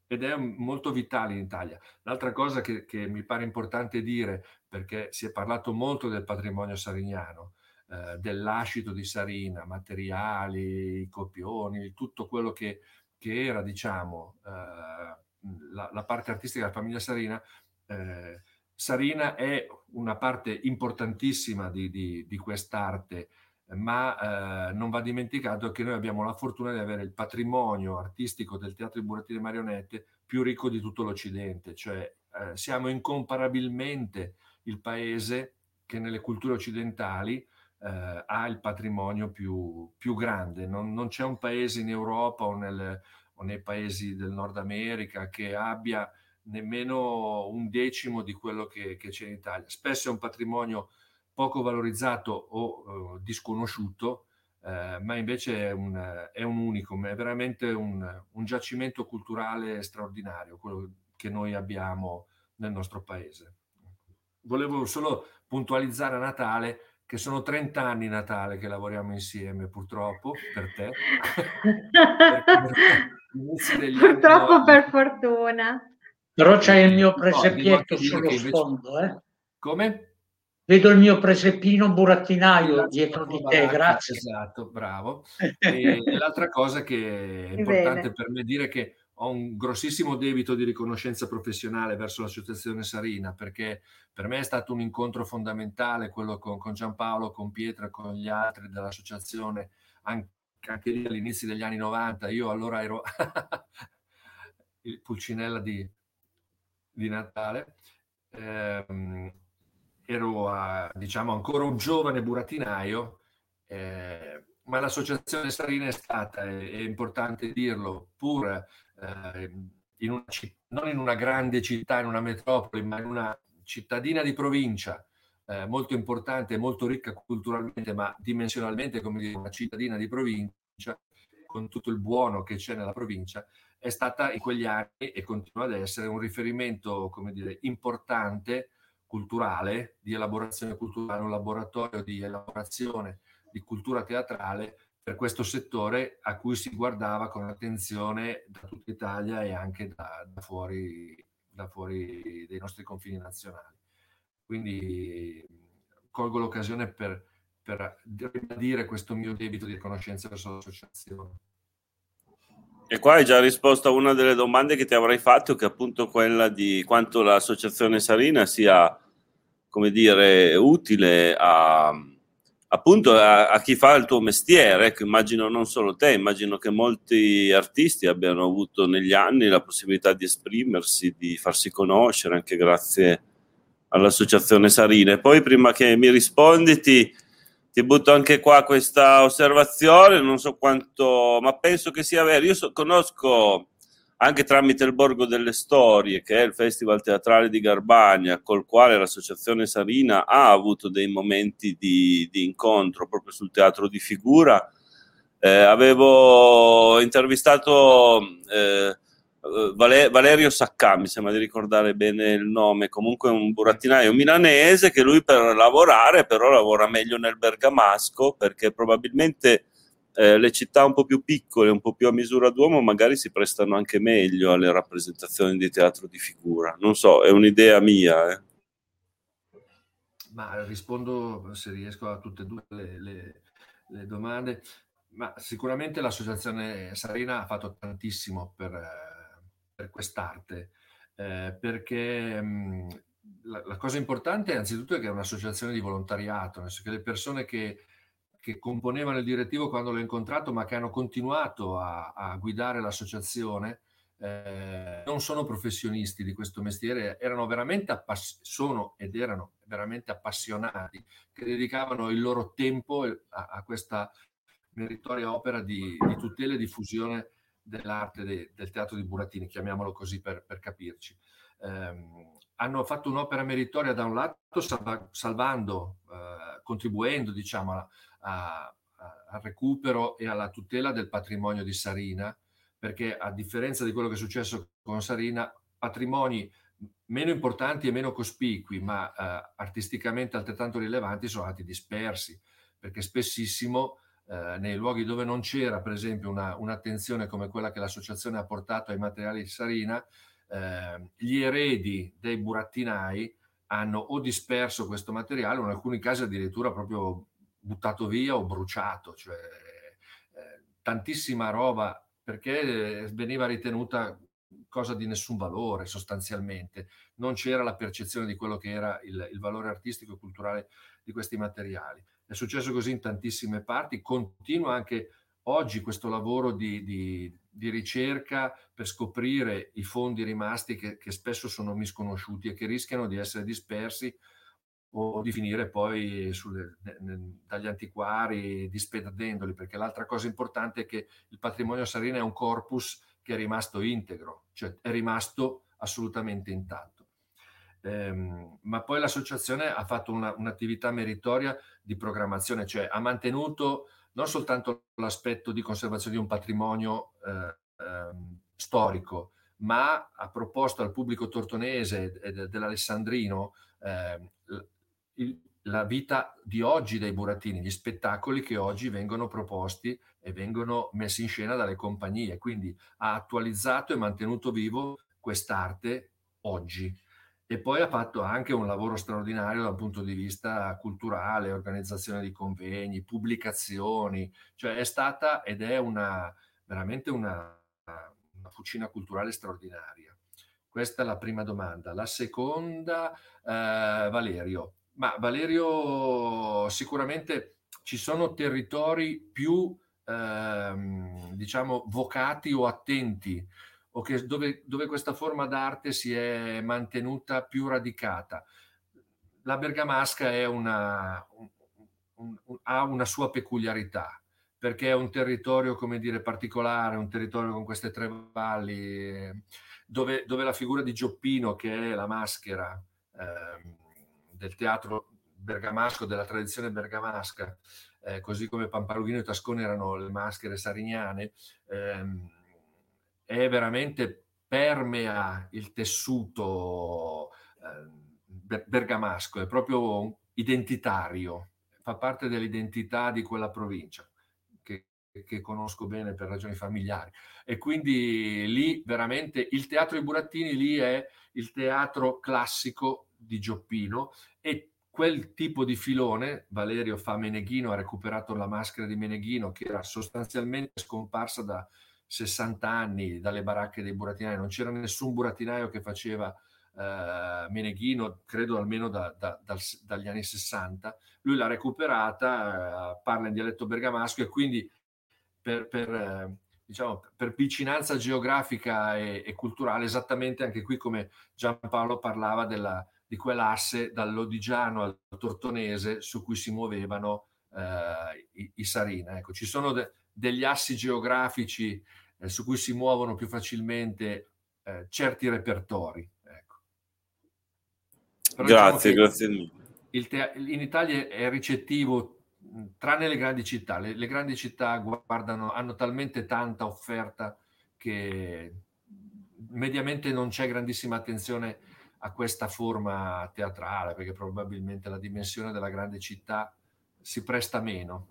ed è molto vitale in Italia. L'altra cosa che mi pare importante dire, perché si è parlato molto del patrimonio sariniano, del lascito di Sarina, materiali, i copioni, tutto quello che era, diciamo, la parte artistica della famiglia Sarina. Sarina è una parte importantissima di quest'arte, ma non va dimenticato che noi abbiamo la fortuna di avere il patrimonio artistico del Teatro di Burattini e Marionette più ricco di tutto l'Occidente, cioè siamo incomparabilmente il paese che nelle culture occidentali ha il patrimonio più grande. Non c'è un paese in Europa o nei paesi del Nord America che abbia nemmeno un decimo di quello che c'è in Italia. Spesso è un patrimonio poco valorizzato o disconosciuto, ma invece è un unicum, è veramente un giacimento culturale straordinario, quello che noi abbiamo nel nostro paese. Volevo solo puntualizzare a Natale che sono 30 anni Natale che lavoriamo insieme, purtroppo, per te. Purtroppo per fortuna. Però c'è il mio presepietto sullo sfondo. Come? Vedo il mio preseppino burattinaio dietro di te, grazie. Esatto, bravo. E l'altra cosa che è importante per me dire che ho un grossissimo debito di riconoscenza professionale verso l'associazione Sarina, perché per me è stato un incontro fondamentale quello con Giampaolo, con Pietro e con gli altri dell'associazione, anche lì all'inizio degli anni 90. Io allora ero il Pulcinella di Natale. Ero diciamo ancora un giovane burattinaio, ma l'associazione Sarina è stata, è importante dirlo, pur non in una grande città, in una metropoli, ma in una cittadina di provincia molto importante, molto ricca culturalmente, ma dimensionalmente come dire una cittadina di provincia, con tutto il buono che c'è nella provincia, è stata in quegli anni e continua ad essere un riferimento, come dire, importante culturale, di elaborazione culturale, un laboratorio di elaborazione di cultura teatrale per questo settore a cui si guardava con attenzione da tutta Italia e anche da fuori dei nostri confini nazionali. Quindi colgo l'occasione per ribadire questo mio debito di riconoscenza verso l'associazione. E qua hai già risposto a una delle domande che ti avrei fatto, che è appunto quella di quanto l'associazione Sarina sia, come dire, utile appunto a chi fa il tuo mestiere. Ecco, immagino non solo te, immagino che molti artisti abbiano avuto negli anni la possibilità di esprimersi, di farsi conoscere anche grazie all'associazione Sarina. E poi prima che mi rispondi ti butto anche qua questa osservazione, non so quanto, ma penso che sia vero. Io conosco anche tramite il Borgo delle Storie, che è il Festival Teatrale di Garbagna, col quale l'associazione Sarina ha avuto dei momenti di incontro proprio sul teatro di figura. Avevo intervistato Valerio Saccà, mi sembra di ricordare bene il nome, comunque un burattinaio milanese che lui per lavorare però lavora meglio nel bergamasco, perché probabilmente le città un po' più piccole, un po' più a misura d'uomo magari si prestano anche meglio alle rappresentazioni di teatro di figura. Non so, è un'idea mia. Ma rispondo, se riesco, a tutte e due le domande. Ma sicuramente l'associazione Sarina ha fatto tantissimo per quest'arte, perché la cosa importante è anzitutto che è un'associazione di volontariato, nel senso che le persone che componevano il direttivo quando l'ho incontrato, ma che hanno continuato a guidare l'associazione, non sono professionisti di questo mestiere, erano veramente appassionati, che dedicavano il loro tempo a questa meritoria opera di tutela e diffusione dell'arte del teatro di Burattini, chiamiamolo così per capirci. Hanno fatto un'opera meritoria da un lato, salvando, contribuendo, diciamo, al recupero e alla tutela del patrimonio di Sarina, perché a differenza di quello che è successo con Sarina, patrimoni meno importanti e meno cospicui, ma artisticamente altrettanto rilevanti, sono stati dispersi, perché spessissimo nei luoghi dove non c'era, per esempio, un'attenzione come quella che l'associazione ha portato ai materiali di Sarina, gli eredi dei burattinai hanno o disperso questo materiale o in alcuni casi addirittura proprio buttato via o bruciato, cioè tantissima roba, perché veniva ritenuta cosa di nessun valore sostanzialmente, non c'era la percezione di quello che era il valore artistico e culturale di questi materiali. È successo così in tantissime parti, continua anche oggi questo lavoro di ricerca per scoprire i fondi rimasti che spesso sono misconosciuti e che rischiano di essere dispersi o di finire poi dagli antiquari disperdendoli, perché l'altra cosa importante è che il patrimonio Sarina è un corpus che è rimasto integro, cioè è rimasto assolutamente intatto. Ma poi l'associazione ha fatto un'attività meritoria di programmazione, cioè ha mantenuto non soltanto l'aspetto di conservazione di un patrimonio storico, ma ha proposto al pubblico tortonese e dell'Alessandrino la vita di oggi dei burattini, gli spettacoli che oggi vengono proposti e vengono messi in scena dalle compagnie, quindi ha attualizzato e mantenuto vivo quest'arte oggi. E poi ha fatto anche un lavoro straordinario dal punto di vista culturale, organizzazione di convegni, pubblicazioni, cioè è stata ed è veramente una fucina culturale straordinaria. Questa è la prima domanda. La seconda, Valerio. Ma Valerio, sicuramente ci sono territori più, diciamo, vocati o attenti, o dove questa forma d'arte si è mantenuta più radicata. La Bergamasca è ha una sua peculiarità, perché è un territorio, come dire, particolare, un territorio con queste tre valli, dove la figura di Gioppino, che è la maschera del teatro bergamasco, della tradizione bergamasca, così come Pamparughino e Tascone erano le maschere sarignane, è veramente permea il tessuto bergamasco, è proprio identitario, fa parte dell'identità di quella provincia che conosco bene per ragioni familiari, e quindi lì veramente il teatro dei burattini lì è il teatro classico di Gioppino, e quel tipo di filone, Valerio fa Meneghino, ha recuperato la maschera di Meneghino che era sostanzialmente scomparsa da 60 anni dalle baracche dei burattinai, non c'era nessun burattinaio che faceva Meneghino, credo almeno dagli anni 60. Lui l'ha recuperata, parla in dialetto bergamasco, e quindi diciamo, per vicinanza geografica e culturale, esattamente anche qui, come Giampaolo parlava di quell'asse dall'Odigiano al Tortonese su cui si muovevano i Sarina. Ecco, ci sono degli assi geografici su cui si muovono più facilmente certi repertori. Ecco. Però grazie, diciamo grazie mille. In Italia è ricettivo, tranne le grandi città. Le grandi città hanno talmente tanta offerta che mediamente non c'è grandissima attenzione a questa forma teatrale, perché probabilmente la dimensione della grande città si presta meno.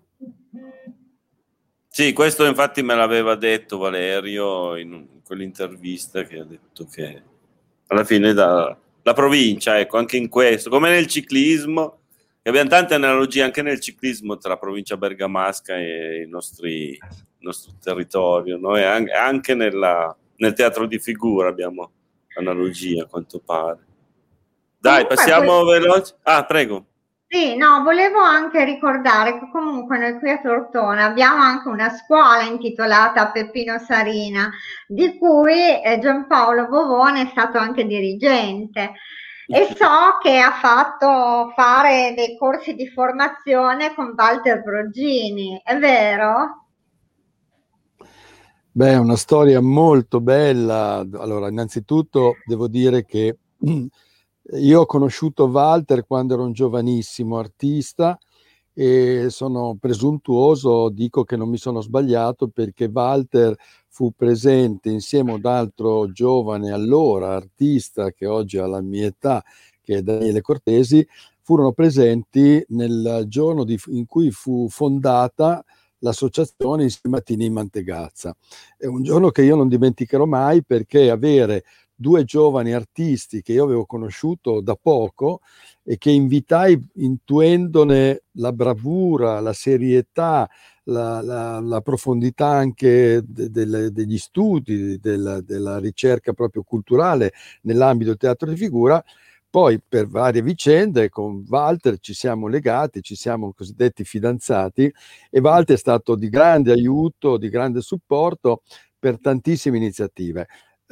Sì, questo infatti me l'aveva detto Valerio in quell'intervista, che ha detto che alla fine la provincia, ecco, anche in questo, come nel ciclismo, e abbiamo tante analogie anche nel ciclismo tra provincia bergamasca e il nostro territorio, no? E anche nel teatro di figura abbiamo analogie, a quanto pare. Dai, passiamo veloci. Ah, prego. Sì, no, volevo anche ricordare che comunque noi qui a Tortona abbiamo anche una scuola intitolata Peppino Sarina, di cui Giampaolo Bovone è stato anche dirigente, e so che ha fatto fare dei corsi di formazione con Walter Brogini, è vero? Beh, è una storia molto bella. Allora, innanzitutto devo dire che io ho conosciuto Walter quando ero un giovanissimo artista, e sono presuntuoso, dico che non mi sono sbagliato, perché Walter fu presente insieme ad un altro giovane allora artista che oggi ha la mia età, che è Daniele Cortesi. Furono presenti nel giorno in cui fu fondata l'associazione insieme a Tini Mantegazza. È un giorno che io non dimenticherò mai, perché avere due giovani artisti che io avevo conosciuto da poco e che invitai intuendone la bravura, la serietà, la profondità anche degli studi, della ricerca proprio culturale nell'ambito del teatro di figura. Poi per varie vicende con Walter ci siamo legati, ci siamo cosiddetti fidanzati, e Walter è stato di grande aiuto, di grande supporto per tantissime iniziative.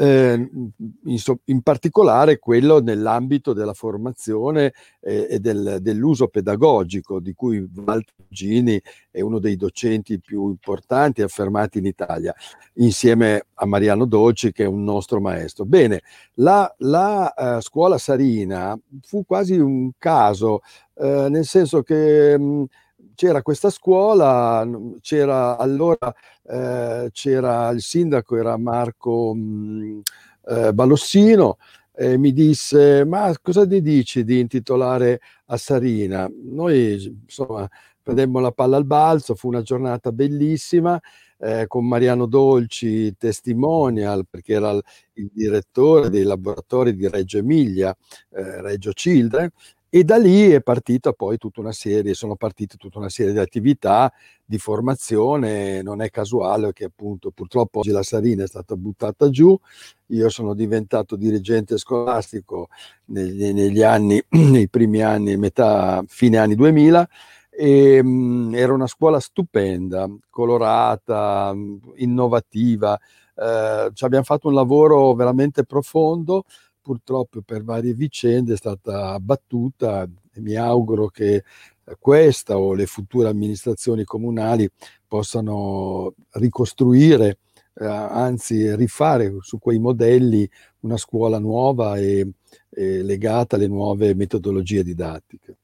In particolare quello nell'ambito della formazione e dell'uso pedagogico, di cui Walter Gini è uno dei docenti più importanti e affermati in Italia, insieme a Mariano Dolci, che è un nostro maestro. Bene, la scuola Sarina fu quasi un caso, nel senso che c'era questa scuola, c'era allora c'era il sindaco, era Marco Balossino, e mi disse: ma cosa ti dici di intitolare a Sarina? Noi insomma prendemmo la palla al balzo, fu una giornata bellissima, con Mariano Dolci testimonial, perché era il direttore dei laboratori di Reggio Emilia, Reggio Children, e da lì è partita poi sono partite tutta una serie di attività di formazione. Non è casuale che appunto purtroppo oggi la Sarina è stata buttata giù. Io sono diventato dirigente scolastico nei primi anni, fine anni 2000, e era una scuola stupenda, colorata, innovativa. Ci abbiamo fatto un lavoro veramente profondo. Purtroppo per varie vicende è stata abbattuta, e mi auguro che questa o le future amministrazioni comunali possano ricostruire, anzi rifare su quei modelli una scuola nuova e legata alle nuove metodologie didattiche.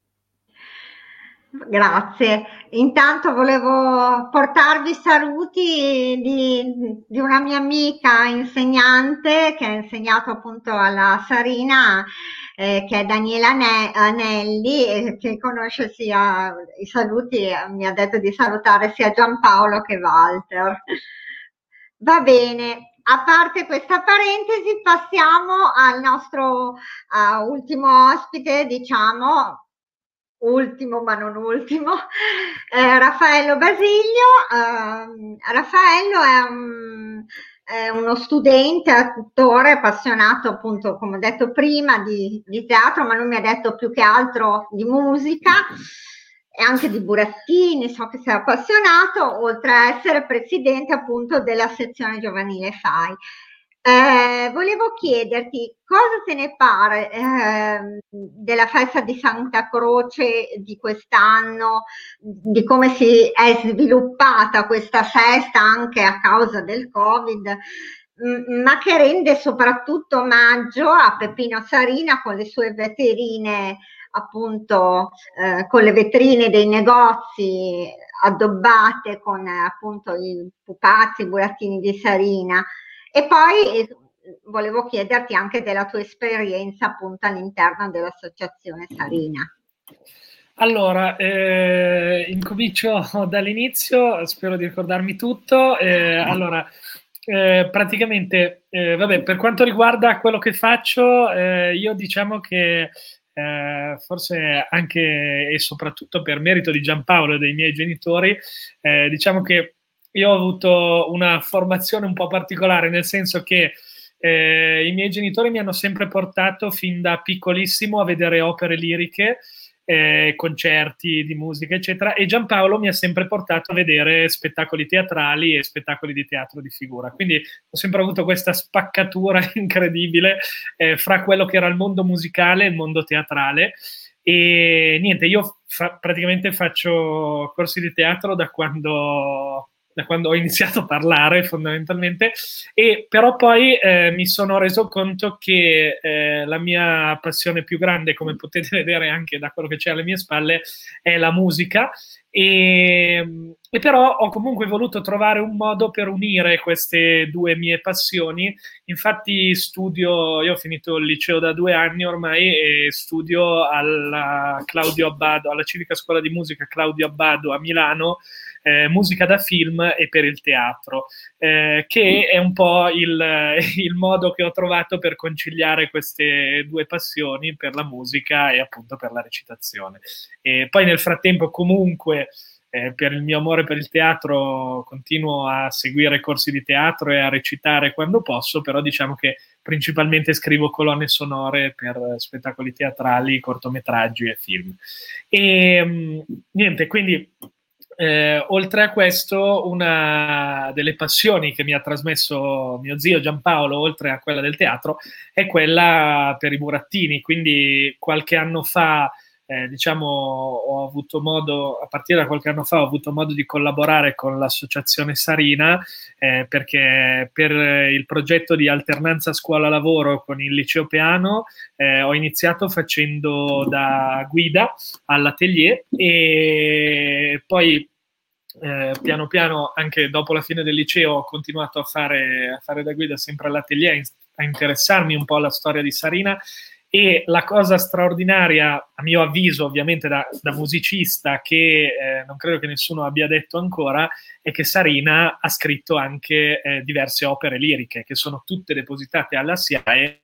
Grazie. Intanto volevo portarvi saluti di una mia amica insegnante che ha insegnato appunto alla Sarina, che è Daniela Anelli, che conosce sia i saluti, mi ha detto di salutare sia Giampaolo che Walter. Va bene, a parte questa parentesi, passiamo al nostro ultimo ospite, diciamo. Ultimo ma non ultimo, Raffaello Basilio. Raffaello è uno studente, attore, appassionato appunto, come ho detto prima, di teatro, ma lui mi ha detto più che altro di musica e anche di burattini, so che sei appassionato, oltre a essere presidente appunto della sezione giovanile FAI. Volevo chiederti cosa te ne pare della festa di Santa Croce di quest'anno, di come si è sviluppata questa festa anche a causa del Covid, ma che rende soprattutto omaggio a Peppino Sarina con le sue vetrine, appunto con le vetrine dei negozi addobbate con appunto i pupazzi, i burattini di Sarina. E poi volevo chiederti anche della tua esperienza appunto all'interno dell'associazione Sarina. Allora, incomincio dall'inizio, spero di ricordarmi tutto. Praticamente, vabbè, per quanto riguarda quello che faccio, io diciamo che forse anche e soprattutto per merito di Giampaolo e dei miei genitori, diciamo che io ho avuto una formazione un po' particolare, nel senso che i miei genitori mi hanno sempre portato fin da piccolissimo a vedere opere liriche, concerti di musica, eccetera, e Giampaolo mi ha sempre portato a vedere spettacoli teatrali e spettacoli di teatro di figura. Quindi ho sempre avuto questa spaccatura incredibile fra quello che era il mondo musicale e il mondo teatrale. E niente, io praticamente faccio corsi di teatro da quando ho iniziato a parlare fondamentalmente, e però poi mi sono reso conto che la mia passione più grande, come potete vedere anche da quello che c'è alle mie spalle, è la musica, e però ho comunque voluto trovare un modo per unire queste due mie passioni. Infatti io ho finito il liceo da 2 anni ormai e studio alla Claudio Abbado, alla Civica Scuola di Musica Claudio Abbado a Milano, musica da film e per il teatro, che è un po' il modo che ho trovato per conciliare queste due passioni, per la musica e appunto per la recitazione. E poi nel frattempo comunque per il mio amore per il teatro continuo a seguire corsi di teatro e a recitare quando posso, però diciamo che principalmente scrivo colonne sonore per spettacoli teatrali, cortometraggi e film. E niente, quindi oltre a questo, una delle passioni che mi ha trasmesso mio zio Giampaolo, oltre a quella del teatro, è quella per i burattini. Quindi qualche anno fa, diciamo, ho avuto modo, a partire da qualche anno fa, ho avuto modo di collaborare con l'associazione Sarina, perché per il progetto di alternanza scuola-lavoro con il liceo Peano ho iniziato facendo da guida all'atelier e poi piano piano, anche dopo la fine del liceo, ho continuato a fare da guida sempre all'atelier, a interessarmi un po' alla storia di Sarina. E la cosa straordinaria, a mio avviso, ovviamente da musicista, che non credo che nessuno abbia detto ancora, è che Sarina ha scritto anche diverse opere liriche, che sono tutte depositate alla SIAE,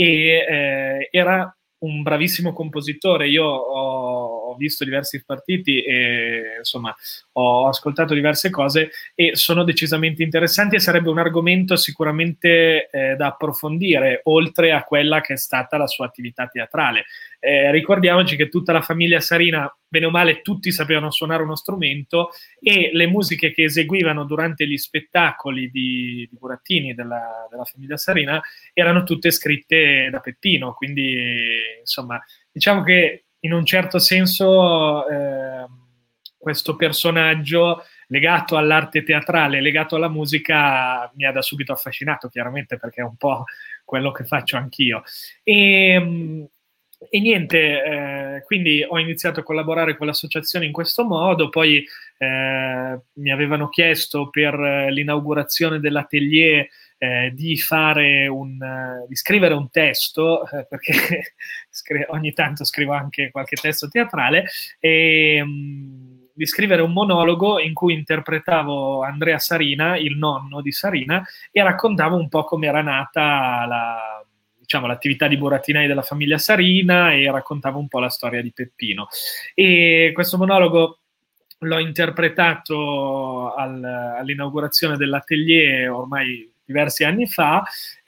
e era un bravissimo compositore. Io ho visto diversi partiti e insomma ho ascoltato diverse cose e sono decisamente interessanti, e sarebbe un argomento sicuramente da approfondire, oltre a quella che è stata la sua attività teatrale. Ricordiamoci che tutta la famiglia Sarina, bene o male, tutti sapevano suonare uno strumento, e le musiche che eseguivano durante gli spettacoli di burattini della famiglia Sarina erano tutte scritte da Peppino. Quindi insomma, diciamo che in un certo senso questo personaggio legato all'arte teatrale, legato alla musica, mi ha da subito affascinato, chiaramente, perché è un po' quello che faccio anch'io. E niente, quindi ho iniziato a collaborare con l'associazione in questo modo. Poi mi avevano chiesto per l'inaugurazione dell'atelier di scrivere un testo, perché ogni tanto scrivo anche qualche testo teatrale, e di scrivere un monologo in cui interpretavo Andrea Sarina, il nonno di Sarina, e raccontavo un po' come era nata l'attività di burattinai della famiglia Sarina, e raccontavo un po' la storia di Peppino. E questo monologo l'ho interpretato all'inaugurazione dell'atelier ormai diversi anni fa,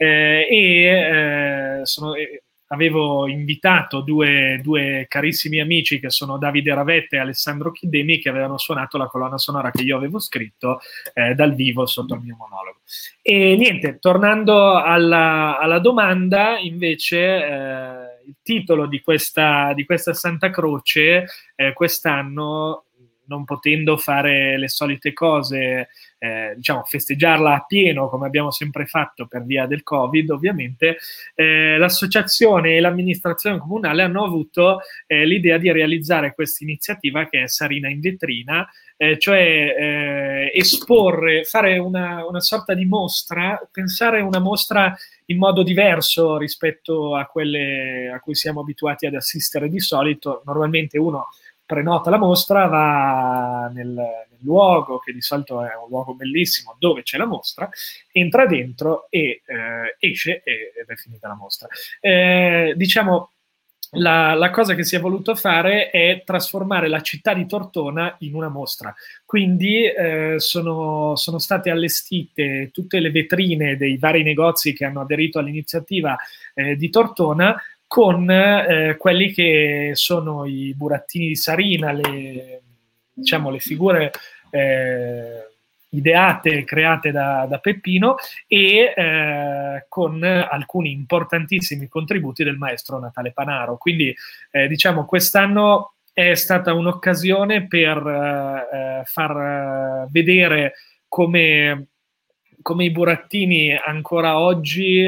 avevo invitato due carissimi amici, che sono Davide Ravetta e Alessandro Chidemi, che avevano suonato la colonna sonora che io avevo scritto dal vivo sotto il mio monologo. E niente, tornando alla domanda, invece, il titolo di questa Santa Croce, quest'anno, non potendo fare le solite cose, festeggiarla a pieno come abbiamo sempre fatto per via del Covid, ovviamente, l'associazione e l'amministrazione comunale hanno avuto l'idea di realizzare questa iniziativa, che è Sarina in vetrina, cioè esporre, fare una sorta di mostra, pensare una mostra in modo diverso rispetto a quelle a cui siamo abituati ad assistere di solito. Normalmente uno prenota la mostra, va nel luogo, che di solito è un luogo bellissimo dove c'è la mostra, entra dentro e esce ed è finita la mostra. Diciamo, la cosa che si è voluto fare è trasformare la città di Tortona in una mostra. Quindi sono state allestite tutte le vetrine dei vari negozi che hanno aderito all'iniziativa di Tortona, con quelli che sono i burattini di Sarina, le figure ideate, create da Peppino, e con alcuni importantissimi contributi del maestro Natale Panaro. Quindi quest'anno è stata un'occasione per far vedere come i burattini ancora oggi,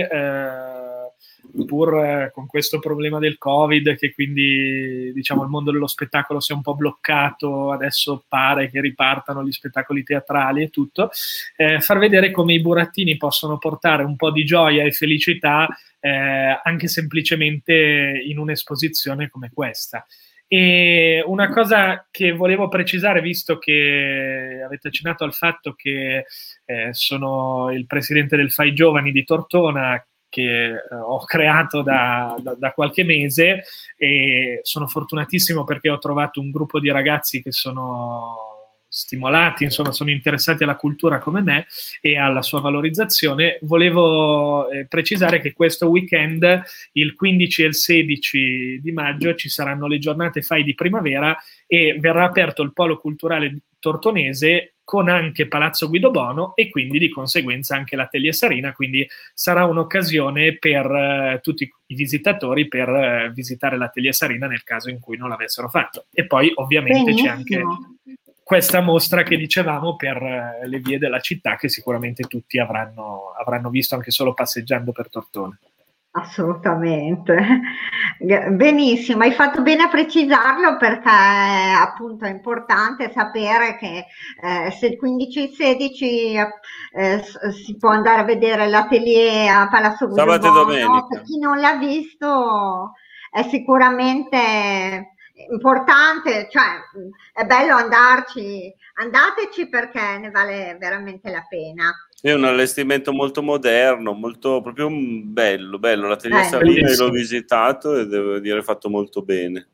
pur con questo problema del Covid, che quindi il mondo dello spettacolo si è un po' bloccato, adesso pare che ripartano gli spettacoli teatrali e tutto, far vedere come i burattini possono portare un po' di gioia e felicità anche semplicemente in un'esposizione come questa. E una cosa che volevo precisare, visto che avete accennato al fatto che sono il presidente del FAI Giovani di Tortona, che ho creato da qualche mese, e sono fortunatissimo perché ho trovato un gruppo di ragazzi che sono stimolati, insomma sono interessati alla cultura come me e alla sua valorizzazione. Volevo precisare che questo weekend, il 15 e il 16 di maggio, ci saranno le giornate FAI di primavera e verrà aperto il polo culturale tortonese con anche Palazzo Guido Bono e quindi di conseguenza anche l'Atelier Sarina, quindi sarà un'occasione per tutti i visitatori per visitare l'Atelier Sarina nel caso in cui non l'avessero fatto. E poi ovviamente c'è anche questa mostra che dicevamo per le vie della città, che sicuramente tutti avranno visto anche solo passeggiando per Tortona. Assolutamente, benissimo, hai fatto bene a precisarlo, perché appunto è importante sapere che se il 15 e 16 si può andare a vedere l'atelier a Palazzo Guido Sabato e Bono, domenica. per chi non l'ha visto è sicuramente importante, cioè è bello andarci, andateci perché ne vale veramente la pena. È un allestimento molto moderno, molto proprio bello. L'Atelier Sarina l'ho visitato e devo dire fatto molto bene.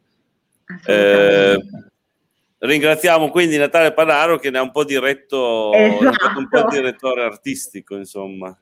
Ringraziamo quindi Natale Panaro che ne ha un po' diretto, un po' il direttore artistico, insomma.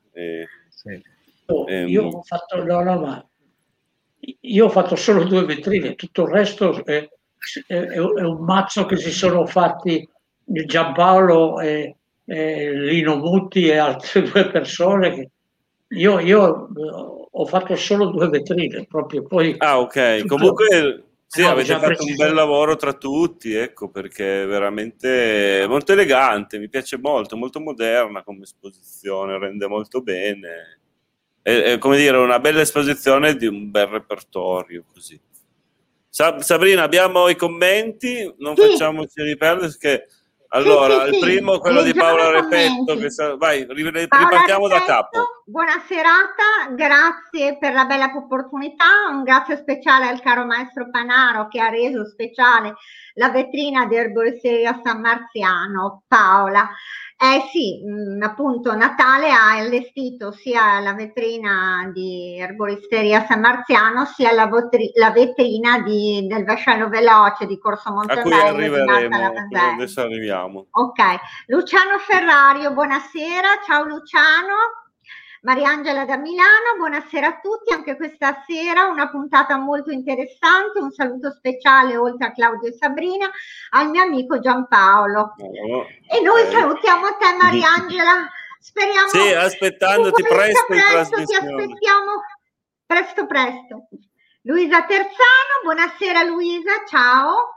Io ho fatto io ho fatto solo 2 vetrine, tutto il resto è un mazzo che si sono fatti Giampaolo e Lino Mutti e altre 2 persone che io ho fatto solo 2 vetrine proprio. Poi ok, comunque sì, avete fatto un bel lavoro tra tutti, ecco, perché è veramente molto elegante, mi piace molto moderna come esposizione, rende molto bene, è come dire una bella esposizione di un bel repertorio, così. Sabrina, abbiamo i commenti, non facciamoci riperdere, perché allora, il primo, quello di Paola Repetto, vai, ripartiamo da capo. Buona serata, grazie per la bella opportunità, un grazie speciale al caro maestro Panaro che ha reso speciale la vetrina di Erboristeria San Marziano. Paola, appunto Natale ha allestito sia la vetrina di Erboristeria San Marziano sia la vetrina del Vascello Veloce di Corso Montebello. A cui arriveremo, adesso arriviamo. Ok, Luciano Ferrario, buonasera, ciao Luciano. Mariangela da Milano, buonasera a tutti, anche questa sera una puntata molto interessante, un saluto speciale oltre a Claudio e Sabrina al mio amico Giampaolo. E noi salutiamo te Mariangela, speriamo... Sì, aspettandoti presto in trasmissione. Ti aspettiamo presto. Luisa Terzano, buonasera Luisa, ciao.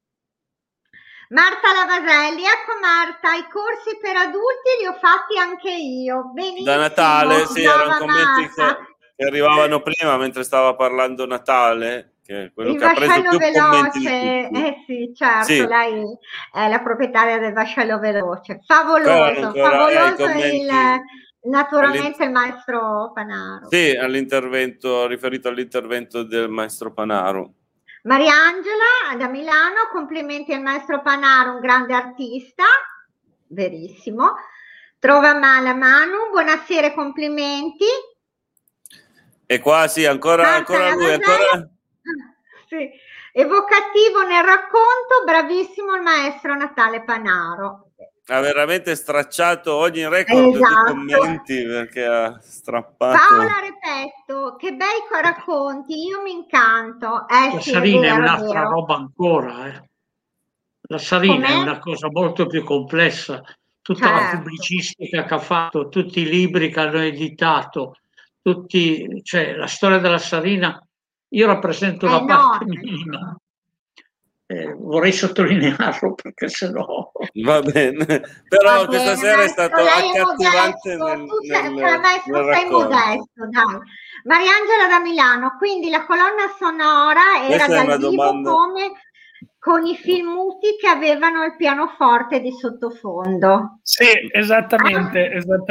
Marta Lavaselli, ecco Marta, i corsi per adulti li ho fatti anche io, benissimo. Da Natale, sì, erano commenti che arrivavano prima mentre stava parlando Natale, che è quello che ha preso più commenti di tutti. Sì, certo, sì. Lei è la proprietaria del Vascello Veloce, favoloso naturalmente il maestro Panaro. Sì, riferito all'intervento del maestro Panaro. Mariangela da Milano, complimenti al maestro Panaro, un grande artista, verissimo. Trova male a Manu, buonasera, complimenti. E qua sì, ancora lui, ancora... Sì. Evocativo nel racconto, bravissimo il maestro Natale Panaro. Ha veramente stracciato ogni record di commenti perché ha strappato. Paola Repetto, che bei racconti, io mi incanto. La Sarina è un'altra roba ancora. La Sarina è una cosa molto più complessa. Tutta la pubblicistica che ha fatto, tutti i libri che hanno editato, cioè la storia della Sarina, io rappresento una parte minima. Vorrei sottolinearlo perché sennò va bene, però questa sera è stato accattivante nel sei modesto, dai. Mariangela da Milano, quindi la colonna sonora era dal vivo con i film muti che avevano il pianoforte di sottofondo. Sì, esattamente.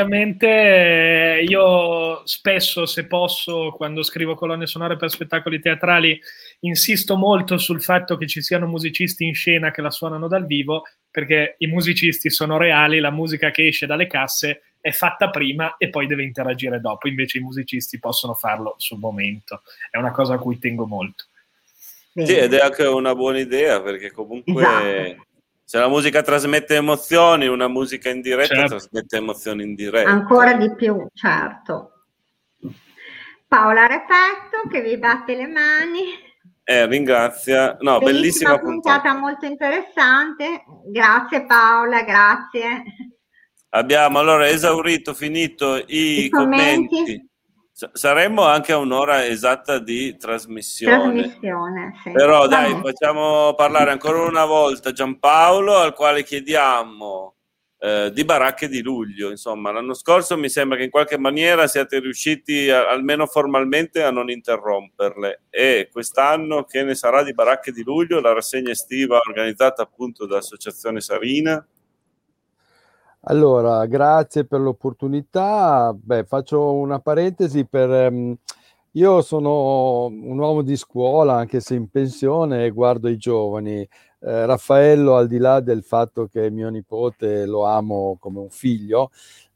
Io spesso, se posso, quando scrivo colonne sonore per spettacoli teatrali, insisto molto sul fatto che ci siano musicisti in scena che la suonano dal vivo, perché i musicisti sono reali, la musica che esce dalle casse è fatta prima e poi deve interagire dopo, invece i musicisti possono farlo sul momento. È una cosa a cui tengo molto. Sì, ed è anche una buona idea, perché comunque Esatto. se la musica trasmette emozioni, una musica in diretta Certo. trasmette emozioni in diretta. Ancora di più, certo. Paola Repetto che vi batte le mani. Ringrazia. No, bellissima puntata. Molto interessante. Grazie Paola, grazie. Abbiamo allora esaurito, finito i commenti. Saremmo anche a un'ora esatta di trasmissione. Sì. Però dai, facciamo parlare ancora una volta Giampaolo, al quale chiediamo di Baracche di Luglio. Insomma, l'anno scorso mi sembra che in qualche maniera siate riusciti almeno formalmente a non interromperle, e quest'anno che ne sarà di Baracche di Luglio, la rassegna estiva organizzata appunto dall'Associazione Sarina? Allora, grazie per l'opportunità. Faccio una parentesi io sono un uomo di scuola, anche se in pensione, e guardo i giovani. Raffaello, al di là del fatto che mio nipote lo amo come un figlio,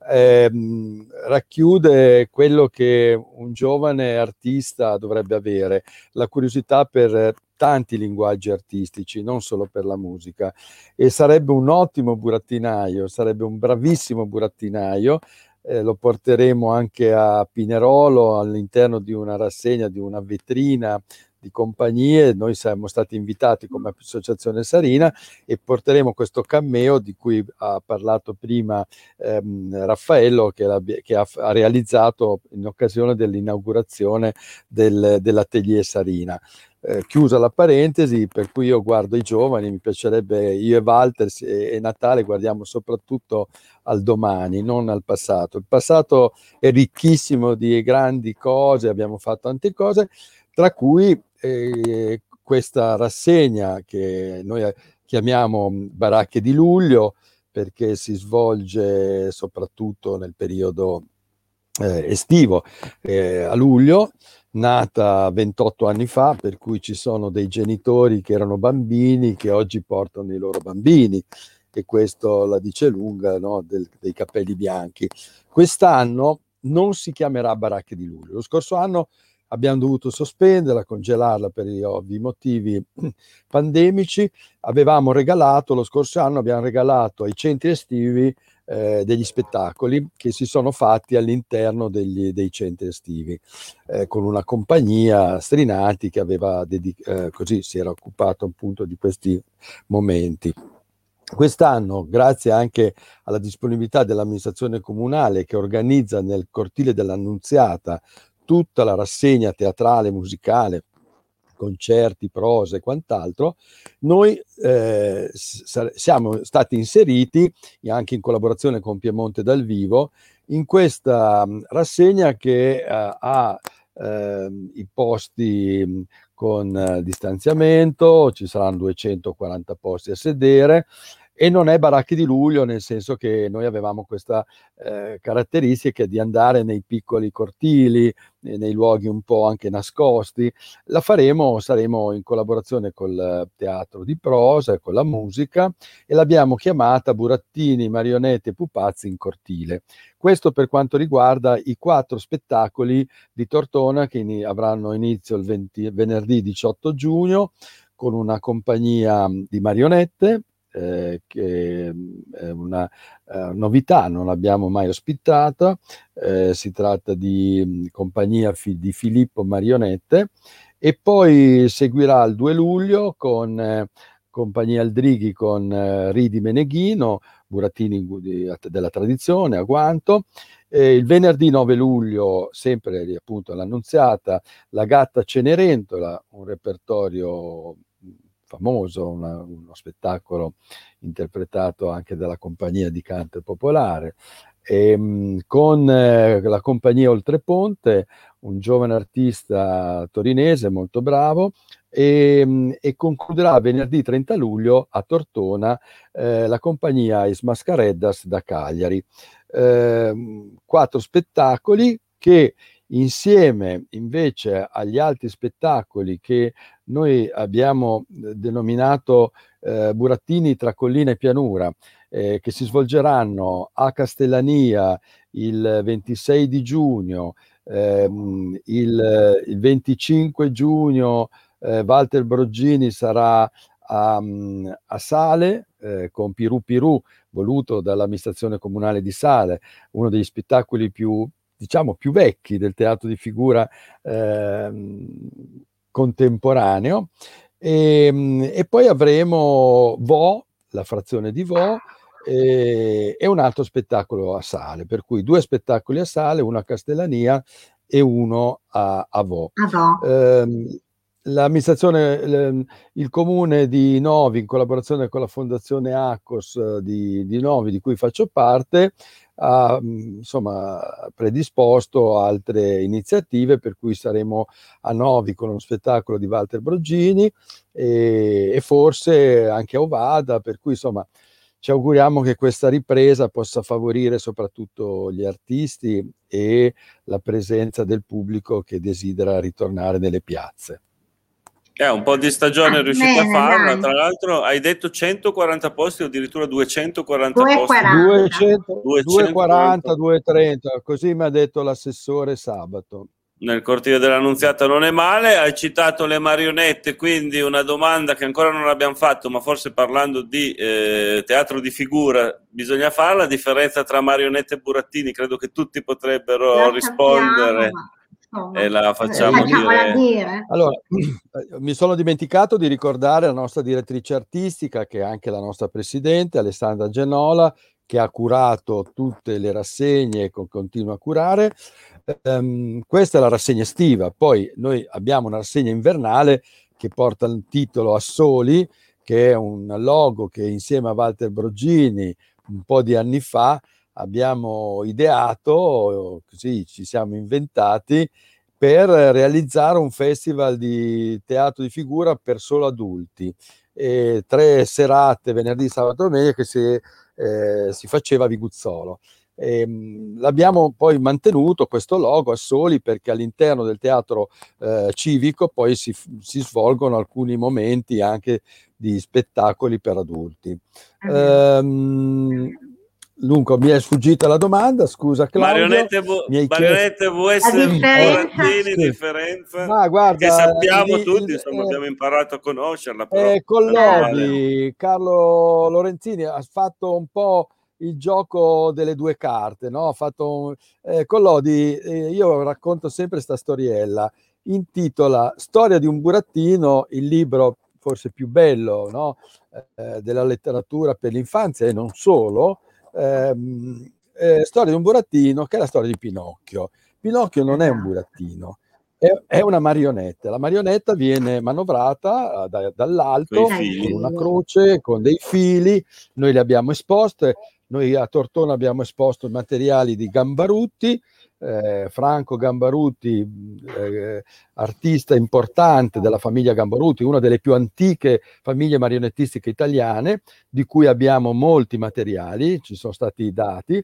racchiude quello che un giovane artista dovrebbe avere, la curiosità per tanti linguaggi artistici, non solo per la musica, e sarebbe un ottimo burattinaio, sarebbe un bravissimo burattinaio. Lo porteremo anche a Pinerolo all'interno di una rassegna, di una vetrina di compagnie. Noi siamo stati invitati come Associazione Sarina e porteremo questo cameo di cui ha parlato prima Raffaello, che ha realizzato in occasione dell'inaugurazione dell'Atelier Sarina. Chiusa la parentesi, per cui io guardo i giovani, mi piacerebbe, io e Walter e Natale guardiamo soprattutto al domani, non al passato. Il passato è ricchissimo di grandi cose, abbiamo fatto tante cose, tra cui questa rassegna che noi chiamiamo Baracche di Luglio, perché si svolge soprattutto nel periodo estivo, a luglio, nata 28 anni fa, per cui ci sono dei genitori che erano bambini che oggi portano i loro bambini, e questo la dice lunga, no? Dei capelli bianchi. Quest'anno non si chiamerà Baracche di Luglio. Lo scorso anno abbiamo dovuto sospenderla, congelarla per gli ovvi motivi pandemici. Lo scorso anno abbiamo regalato ai centri estivi degli spettacoli che si sono fatti all'interno dei centri estivi, con una compagnia, Strinati, che aveva così si era occupato appunto di questi momenti. Quest'anno, grazie anche alla disponibilità dell'amministrazione comunale, che organizza nel cortile dell'Annunziata tutta la rassegna teatrale, musicale, concerti, prose e quant'altro, noi siamo stati inseriti, anche in collaborazione con Piemonte dal Vivo, in questa rassegna che ha i posti con distanziamento, ci saranno 240 posti a sedere, e non è Baracche di Luglio, nel senso che noi avevamo questa caratteristica di andare nei piccoli cortili, nei luoghi un po' anche nascosti. Saremo in collaborazione col teatro di prosa e con la musica, e l'abbiamo chiamata Burattini, Marionette e Pupazzi in cortile. Questo per quanto riguarda i 4 spettacoli di Tortona che avranno inizio il venerdì 18 giugno con una compagnia di marionette, che è una novità, non l'abbiamo mai ospitata. Si tratta di compagnia di Filippo Marionette, e poi seguirà il 2 luglio con compagnia Aldrighi con Ridi Meneghino, burattini della tradizione a guanto. Il venerdì 9 luglio, sempre appunto all'Annunziata, La Gatta Cenerentola, un repertorio famoso, uno spettacolo interpretato anche dalla compagnia di canto popolare, con la compagnia Oltreponte, un giovane artista torinese molto bravo, e concluderà venerdì 30 luglio a Tortona la compagnia Is Mascareddas da Cagliari. 4 spettacoli che, insieme invece agli altri spettacoli che noi abbiamo denominato Burattini tra collina e pianura, che si svolgeranno a Castellania il 26 di giugno, il 25 giugno Walter Broggini sarà a Sale con Pirù Pirù, voluto dall'amministrazione comunale di Sale, uno degli spettacoli più vecchi del teatro di figura contemporaneo, e poi avremo Vo, la frazione di Vo, e un altro spettacolo a Sale, per cui 2 spettacoli a Sale, uno a Castellania e uno a Vo. L'amministrazione, il comune di Novi, in collaborazione con la fondazione Accos di Novi, di cui faccio parte, ha predisposto altre iniziative, per cui saremo a Novi con uno spettacolo di Walter Broggini e forse anche a Ovada, per cui ci auguriamo che questa ripresa possa favorire soprattutto gli artisti e la presenza del pubblico che desidera ritornare nelle piazze. Un po' di stagione è riuscita a farla, dai. Tra l'altro hai detto 140 posti o addirittura 240 posti? 240, 230, così mi ha detto l'assessore sabato. Nel cortile dell'Annunziata non è male. Hai citato le marionette, quindi una domanda che ancora non abbiamo fatto, ma forse parlando di teatro di figura bisogna farla. La differenza tra marionette e burattini, credo che tutti potrebbero rispondere. E la facciamo dire. Allora, mi sono dimenticato di ricordare la nostra direttrice artistica, che è anche la nostra presidente, Alessandra Genola, che ha curato tutte le rassegne e continua a curare. Questa è la rassegna estiva, poi noi abbiamo una rassegna invernale che porta il titolo Assoli, che è un logo che insieme a Walter Broggini un po' di anni fa abbiamo ideato, così ci siamo inventati, per realizzare un festival di teatro di figura per solo adulti. 3 serate, venerdì, sabato e domenica, che si faceva a Viguzzolo. L'abbiamo poi mantenuto questo logo Assoli, perché all'interno del teatro civico poi si svolgono alcuni momenti anche di spettacoli per adulti. Dunque, mi è sfuggita la domanda, scusa Claudio. Marionette VS Burattini, differenza? Ma guarda, che sappiamo tutti, abbiamo imparato a conoscerla. Però Collodi, Carlo Lorenzini ha fatto un po' il gioco delle 2 carte, no? Ha fatto Collodi, io racconto sempre questa storiella, intitola Storia di un burattino, il libro forse più bello, no? Della letteratura per l'infanzia e non solo. Storia di un burattino, che è la storia di Pinocchio. Pinocchio non è un burattino, è una marionetta. La marionetta viene manovrata dall'alto con una croce, con dei fili. Noi le abbiamo esposte. Noi a Tortona abbiamo esposto i materiali di Gambarutti, Franco Gambarutti, artista importante della famiglia Gambarutti, una delle più antiche famiglie marionettistiche italiane, di cui abbiamo molti materiali, ci sono stati dati,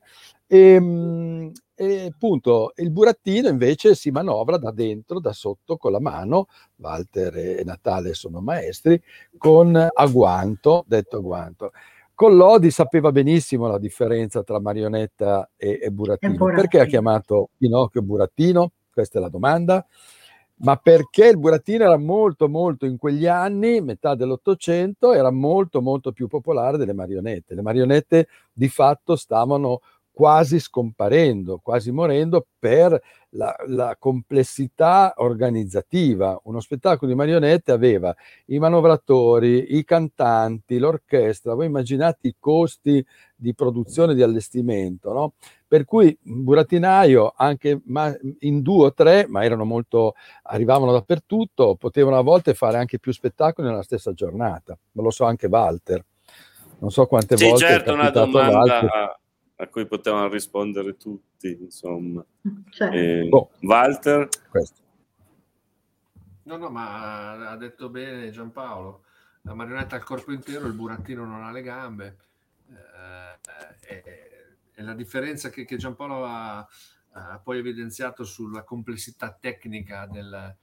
e appunto il burattino invece si manovra da dentro, da sotto, con la mano. Walter e Natale sono maestri, con agguanto, detto agguanto. Collodi sapeva benissimo la differenza tra marionetta e burattino. Perché ha chiamato Pinocchio burattino? Questa è la domanda. Ma perché il burattino era molto molto, in quegli anni, metà dell'Ottocento, era molto molto più popolare delle marionette. Le marionette di fatto stavano quasi scomparendo, quasi morendo per la complessità organizzativa. Uno spettacolo di marionette aveva i manovratori, i cantanti, l'orchestra. Voi immaginate i costi di produzione, di allestimento, no? Per cui burattinaio, anche in 2 o 3, ma arrivavano dappertutto, potevano a volte fare anche più spettacoli nella stessa giornata. Ma lo so anche Walter. Non so quante volte certo, è capitato a Walter. a cui potevano rispondere tutti, insomma. Walter? Questo. No, ma ha detto bene Giampaolo. La marionetta ha il corpo intero, il burattino non ha le gambe. E la differenza che Giampaolo ha poi evidenziato sulla complessità tecnica del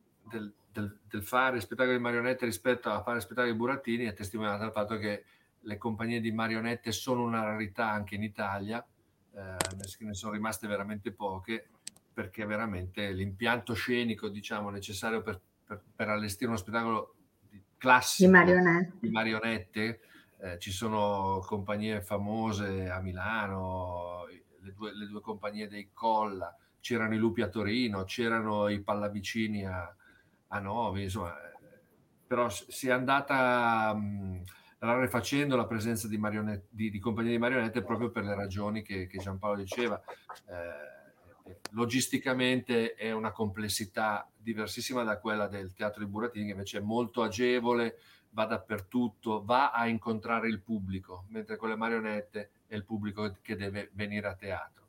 fare spettacoli di marionette rispetto a fare spettacoli di burattini è testimoniata dal fatto che le compagnie di marionette sono una rarità anche in Italia, ne sono rimaste veramente poche, perché veramente l'impianto scenico, diciamo, necessario per allestire uno spettacolo classico di marionette, ci sono compagnie famose a Milano, le due compagnie dei Colla, c'erano i Lupi a Torino, c'erano i Pallavicini a Novi, insomma, però si è andata rarefacendo la presenza di compagnie di marionette proprio per le ragioni che Giampaolo diceva. Logisticamente è una complessità diversissima da quella del teatro di burattini, che invece è molto agevole, va dappertutto, va a incontrare il pubblico, mentre con le marionette è il pubblico che deve venire a teatro.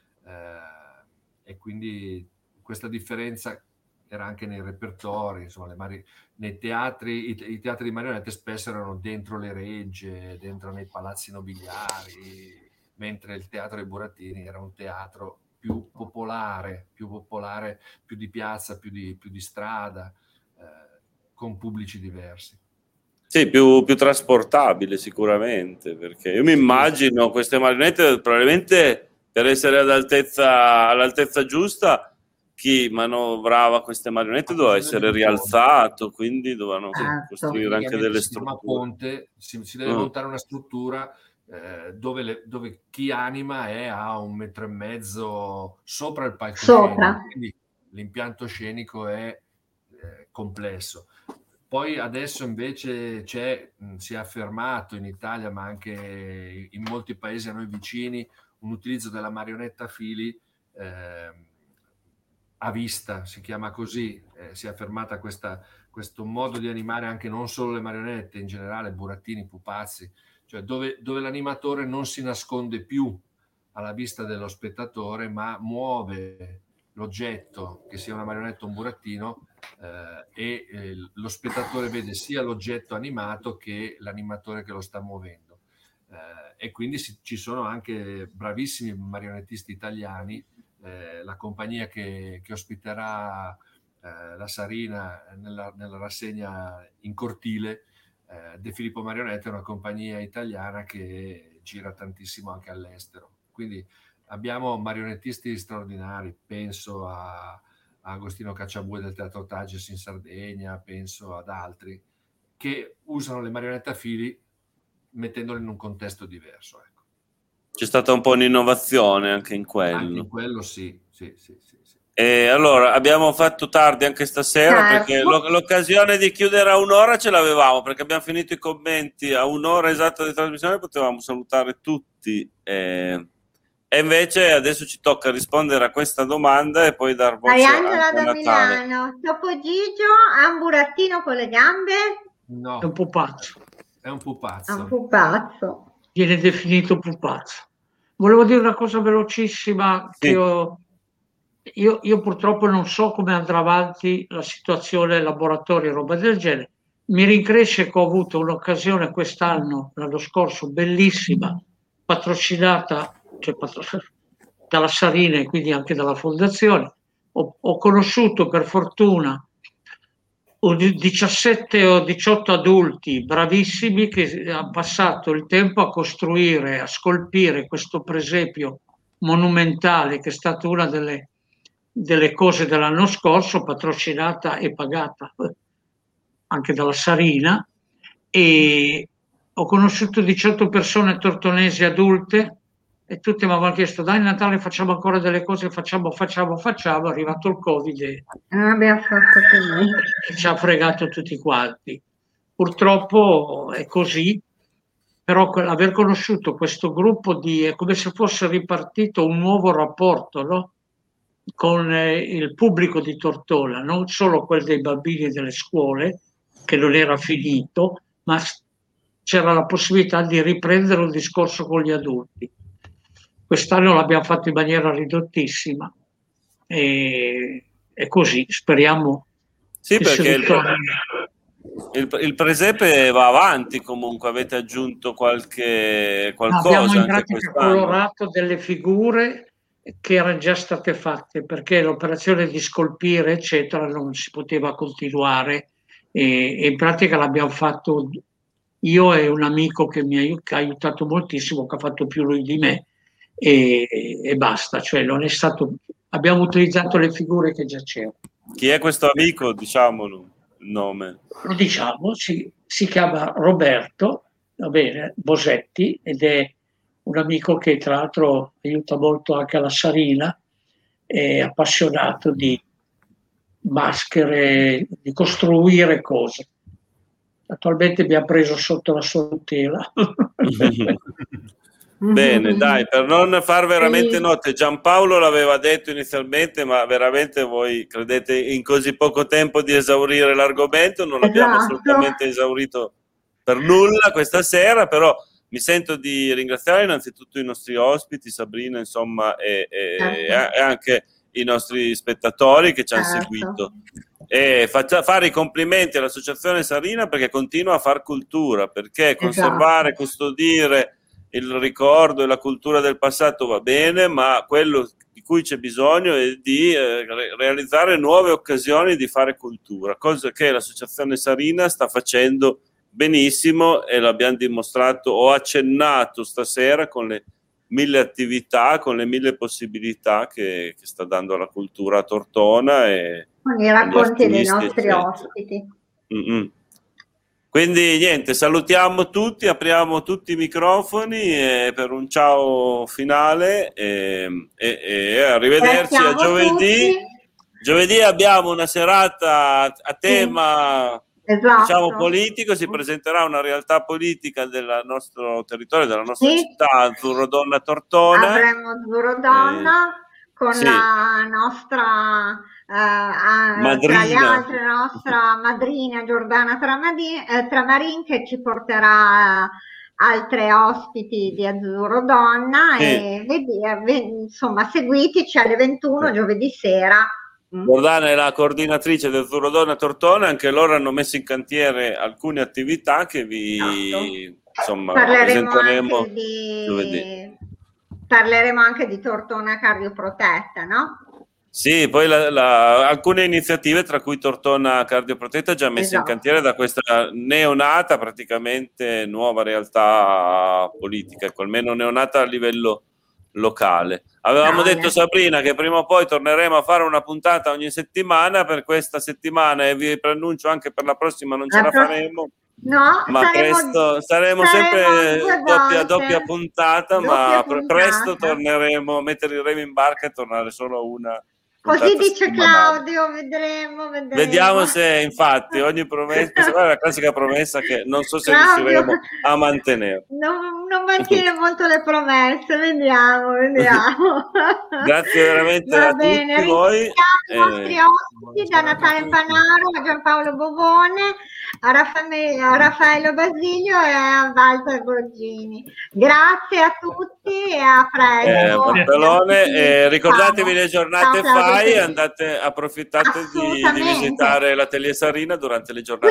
E quindi questa differenza era anche nei repertori, insomma, nei teatri, i teatri di marionette spesso erano dentro le regge, dentro nei palazzi nobiliari, mentre il teatro dei burattini era un teatro più popolare, più di piazza, più di strada, con pubblici diversi. Sì, più trasportabile sicuramente, perché io mi immagino queste marionette probabilmente per essere all'altezza giusta, chi manovrava queste marionette doveva essere rialzato, quindi dovevano costruire anche delle strutture. Ponte, si deve montare una struttura dove chi anima è a 1,5 metri sopra il palcoscenico, quindi l'impianto scenico è complesso. Poi adesso invece si è affermato in Italia, ma anche in molti paesi a noi vicini, un utilizzo della marionetta a fili a vista, si chiama così. Si è affermata questo modo di animare anche non solo le marionette, in generale burattini, pupazzi, cioè dove l'animatore non si nasconde più alla vista dello spettatore, ma muove l'oggetto, che sia una marionetta o un burattino, e lo spettatore vede sia l'oggetto animato che l'animatore che lo sta muovendo. E quindi ci sono anche bravissimi marionettisti italiani. La compagnia che ospiterà la Sarina nella rassegna in cortile, De Filippo Marionette, è una compagnia italiana che gira tantissimo anche all'estero. Quindi abbiamo marionettisti straordinari, penso a Agostino Cacciabue del Teatro Tages in Sardegna, penso ad altri, che usano le marionette a fili mettendole in un contesto diverso. Ecco. C'è stata un po' un'innovazione anche in quello. Anche in quello sì. E allora abbiamo fatto tardi anche stasera, perché l'occasione di chiudere a 1 ora ce l'avevamo, perché abbiamo finito i commenti a 1 ora esatta di trasmissione, potevamo salutare tutti. E invece adesso ci tocca rispondere a questa domanda e poi dar voce Angela da Milano. Dopo Gigio ha un burattino con le gambe? No, è un pupazzo. È un pupazzo. È un pupazzo. Viene definito pupazzo. Volevo dire una cosa velocissima, sì. Che io purtroppo non so come andrà avanti la situazione laboratorio e roba del genere. Mi rincresce che ho avuto un'occasione quest'anno, l'anno scorso, bellissima, patrocinata dalla Sarina e quindi anche dalla Fondazione. Ho conosciuto per fortuna 17 o 18 adulti bravissimi che hanno passato il tempo a costruire, a scolpire questo presepio monumentale, che è stata una delle cose dell'anno scorso, patrocinata e pagata anche dalla Sarina. E ho conosciuto 18 persone tortonesi adulte e tutte mi avevano chiesto: dai, Natale facciamo ancora delle cose, facciamo, è arrivato il Covid e ci ha fregato tutti quanti. Purtroppo è così, però aver conosciuto questo gruppo è come se fosse ripartito un nuovo rapporto, no? Con il pubblico di Tortona, non solo quello dei bambini delle scuole, che non era finito, ma c'era la possibilità di riprendere un discorso con gli adulti. Quest'anno l'abbiamo fatto in maniera ridottissima e così speriamo Sì, che perché si ritorni. il presepe va avanti comunque, avete aggiunto qualcosa Abbiamo in anche pratica quest'anno. colorato delle figure che erano già state fatte, perché l'operazione di scolpire eccetera non si poteva continuare e in pratica l'abbiamo fatto io e un amico che mi ha aiutato moltissimo, che ha fatto più lui di me e basta, cioè non è stato, abbiamo utilizzato le figure che già c'erano. Chi è questo amico? Diciamolo il nome. Lo diciamo, si chiama Roberto, va bene, Bosetti, ed è un amico che tra l'altro aiuta molto anche alla Sarina, è appassionato di maschere, di costruire cose. Attualmente mi ha preso sotto la sua tutela. Bene, dai, per non far veramente notte, Giampaolo l'aveva detto inizialmente, ma veramente voi credete in così poco tempo di esaurire l'argomento? Non l'abbiamo assolutamente esaurito per nulla questa sera, però mi sento di ringraziare innanzitutto i nostri ospiti, Sabrina, insomma, e anche i nostri spettatori che ci hanno seguito. E fare i complimenti all'Associazione Sarina perché continua a far cultura, perché conservare, custodire il ricordo e la cultura del passato va bene, ma quello di cui c'è bisogno è di realizzare nuove occasioni di fare cultura, cosa che l'Associazione Sarina sta facendo benissimo e l'abbiamo dimostrato o accennato stasera con le 1000 attività, con le 1000 possibilità che sta dando alla cultura a Tortona e con i racconti dei nostri ospiti. Quindi niente, salutiamo tutti, apriamo tutti i microfoni per un ciao finale e arrivederci a giovedì. Tutti. Giovedì abbiamo una serata a tema diciamo politico, si presenterà una realtà politica del nostro territorio, della nostra città, Azzurro Donna Tortona. Avremo Azzurro Donna con la nostra tra le altre la nostra madrina Giordana Tramarin che ci porterà altre ospiti di Azzurro Donna e insomma seguiteci alle 21 giovedì sera. Giordana è la coordinatrice del Azzurro Donna Tortona, anche loro hanno messo in cantiere alcune attività che vi insomma presenteremo giovedì. Parleremo anche di Tortona Cardioprotetta, no? Sì, poi alcune iniziative, tra cui Tortona Cardioprotetta, già messe in cantiere da questa neonata, praticamente nuova realtà politica, almeno neonata a livello locale. Avevamo detto, Sabrina, che prima o poi torneremo a fare una puntata ogni settimana. Per questa settimana, e vi preannuncio anche per la prossima non ce la faremo. No, ma presto saremo sempre doppia puntata, ma presto torneremo, metteremo in barca e tornare solo a una. Così dice Claudio, vedremo. Vediamo se infatti ogni promessa, questa è la classica promessa che non so se riusciremo a mantenere. Non mantiene molto le promesse, vediamo. Grazie veramente a tutti voi. I nostri ospiti, da Natale Panaro a Giampaolo Bovone, a Raffaello Basilio e a Walter Borgini. Grazie a tutti e a presto. Ricordatevi le giornate FAI, approfittate di visitare l'Atelier Sarina durante le giornate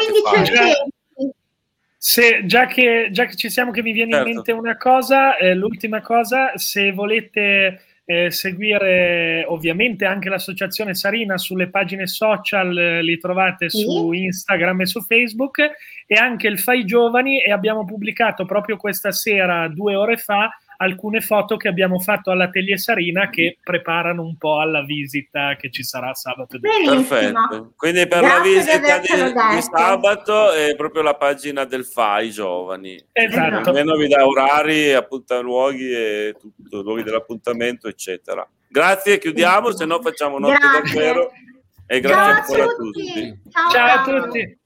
FAI. Già che ci siamo, che mi viene in mente una cosa, l'ultima cosa, se volete seguire ovviamente anche l'associazione Sarina sulle pagine social, li trovate su Instagram e su Facebook, e anche il FAI Giovani, e abbiamo pubblicato proprio questa sera, 2 ore fa, alcune foto che abbiamo fatto all'Atelier Sarina che preparano un po' alla visita che ci sarà sabato. Perfetto, quindi per la visita di sabato è proprio la pagina del FAI Giovani, almeno vi dà orari, luoghi e tutto, luoghi dell'appuntamento eccetera. Grazie, chiudiamo, se no facciamo notte davvero, e grazie ancora a tutti. Ciao a tutti.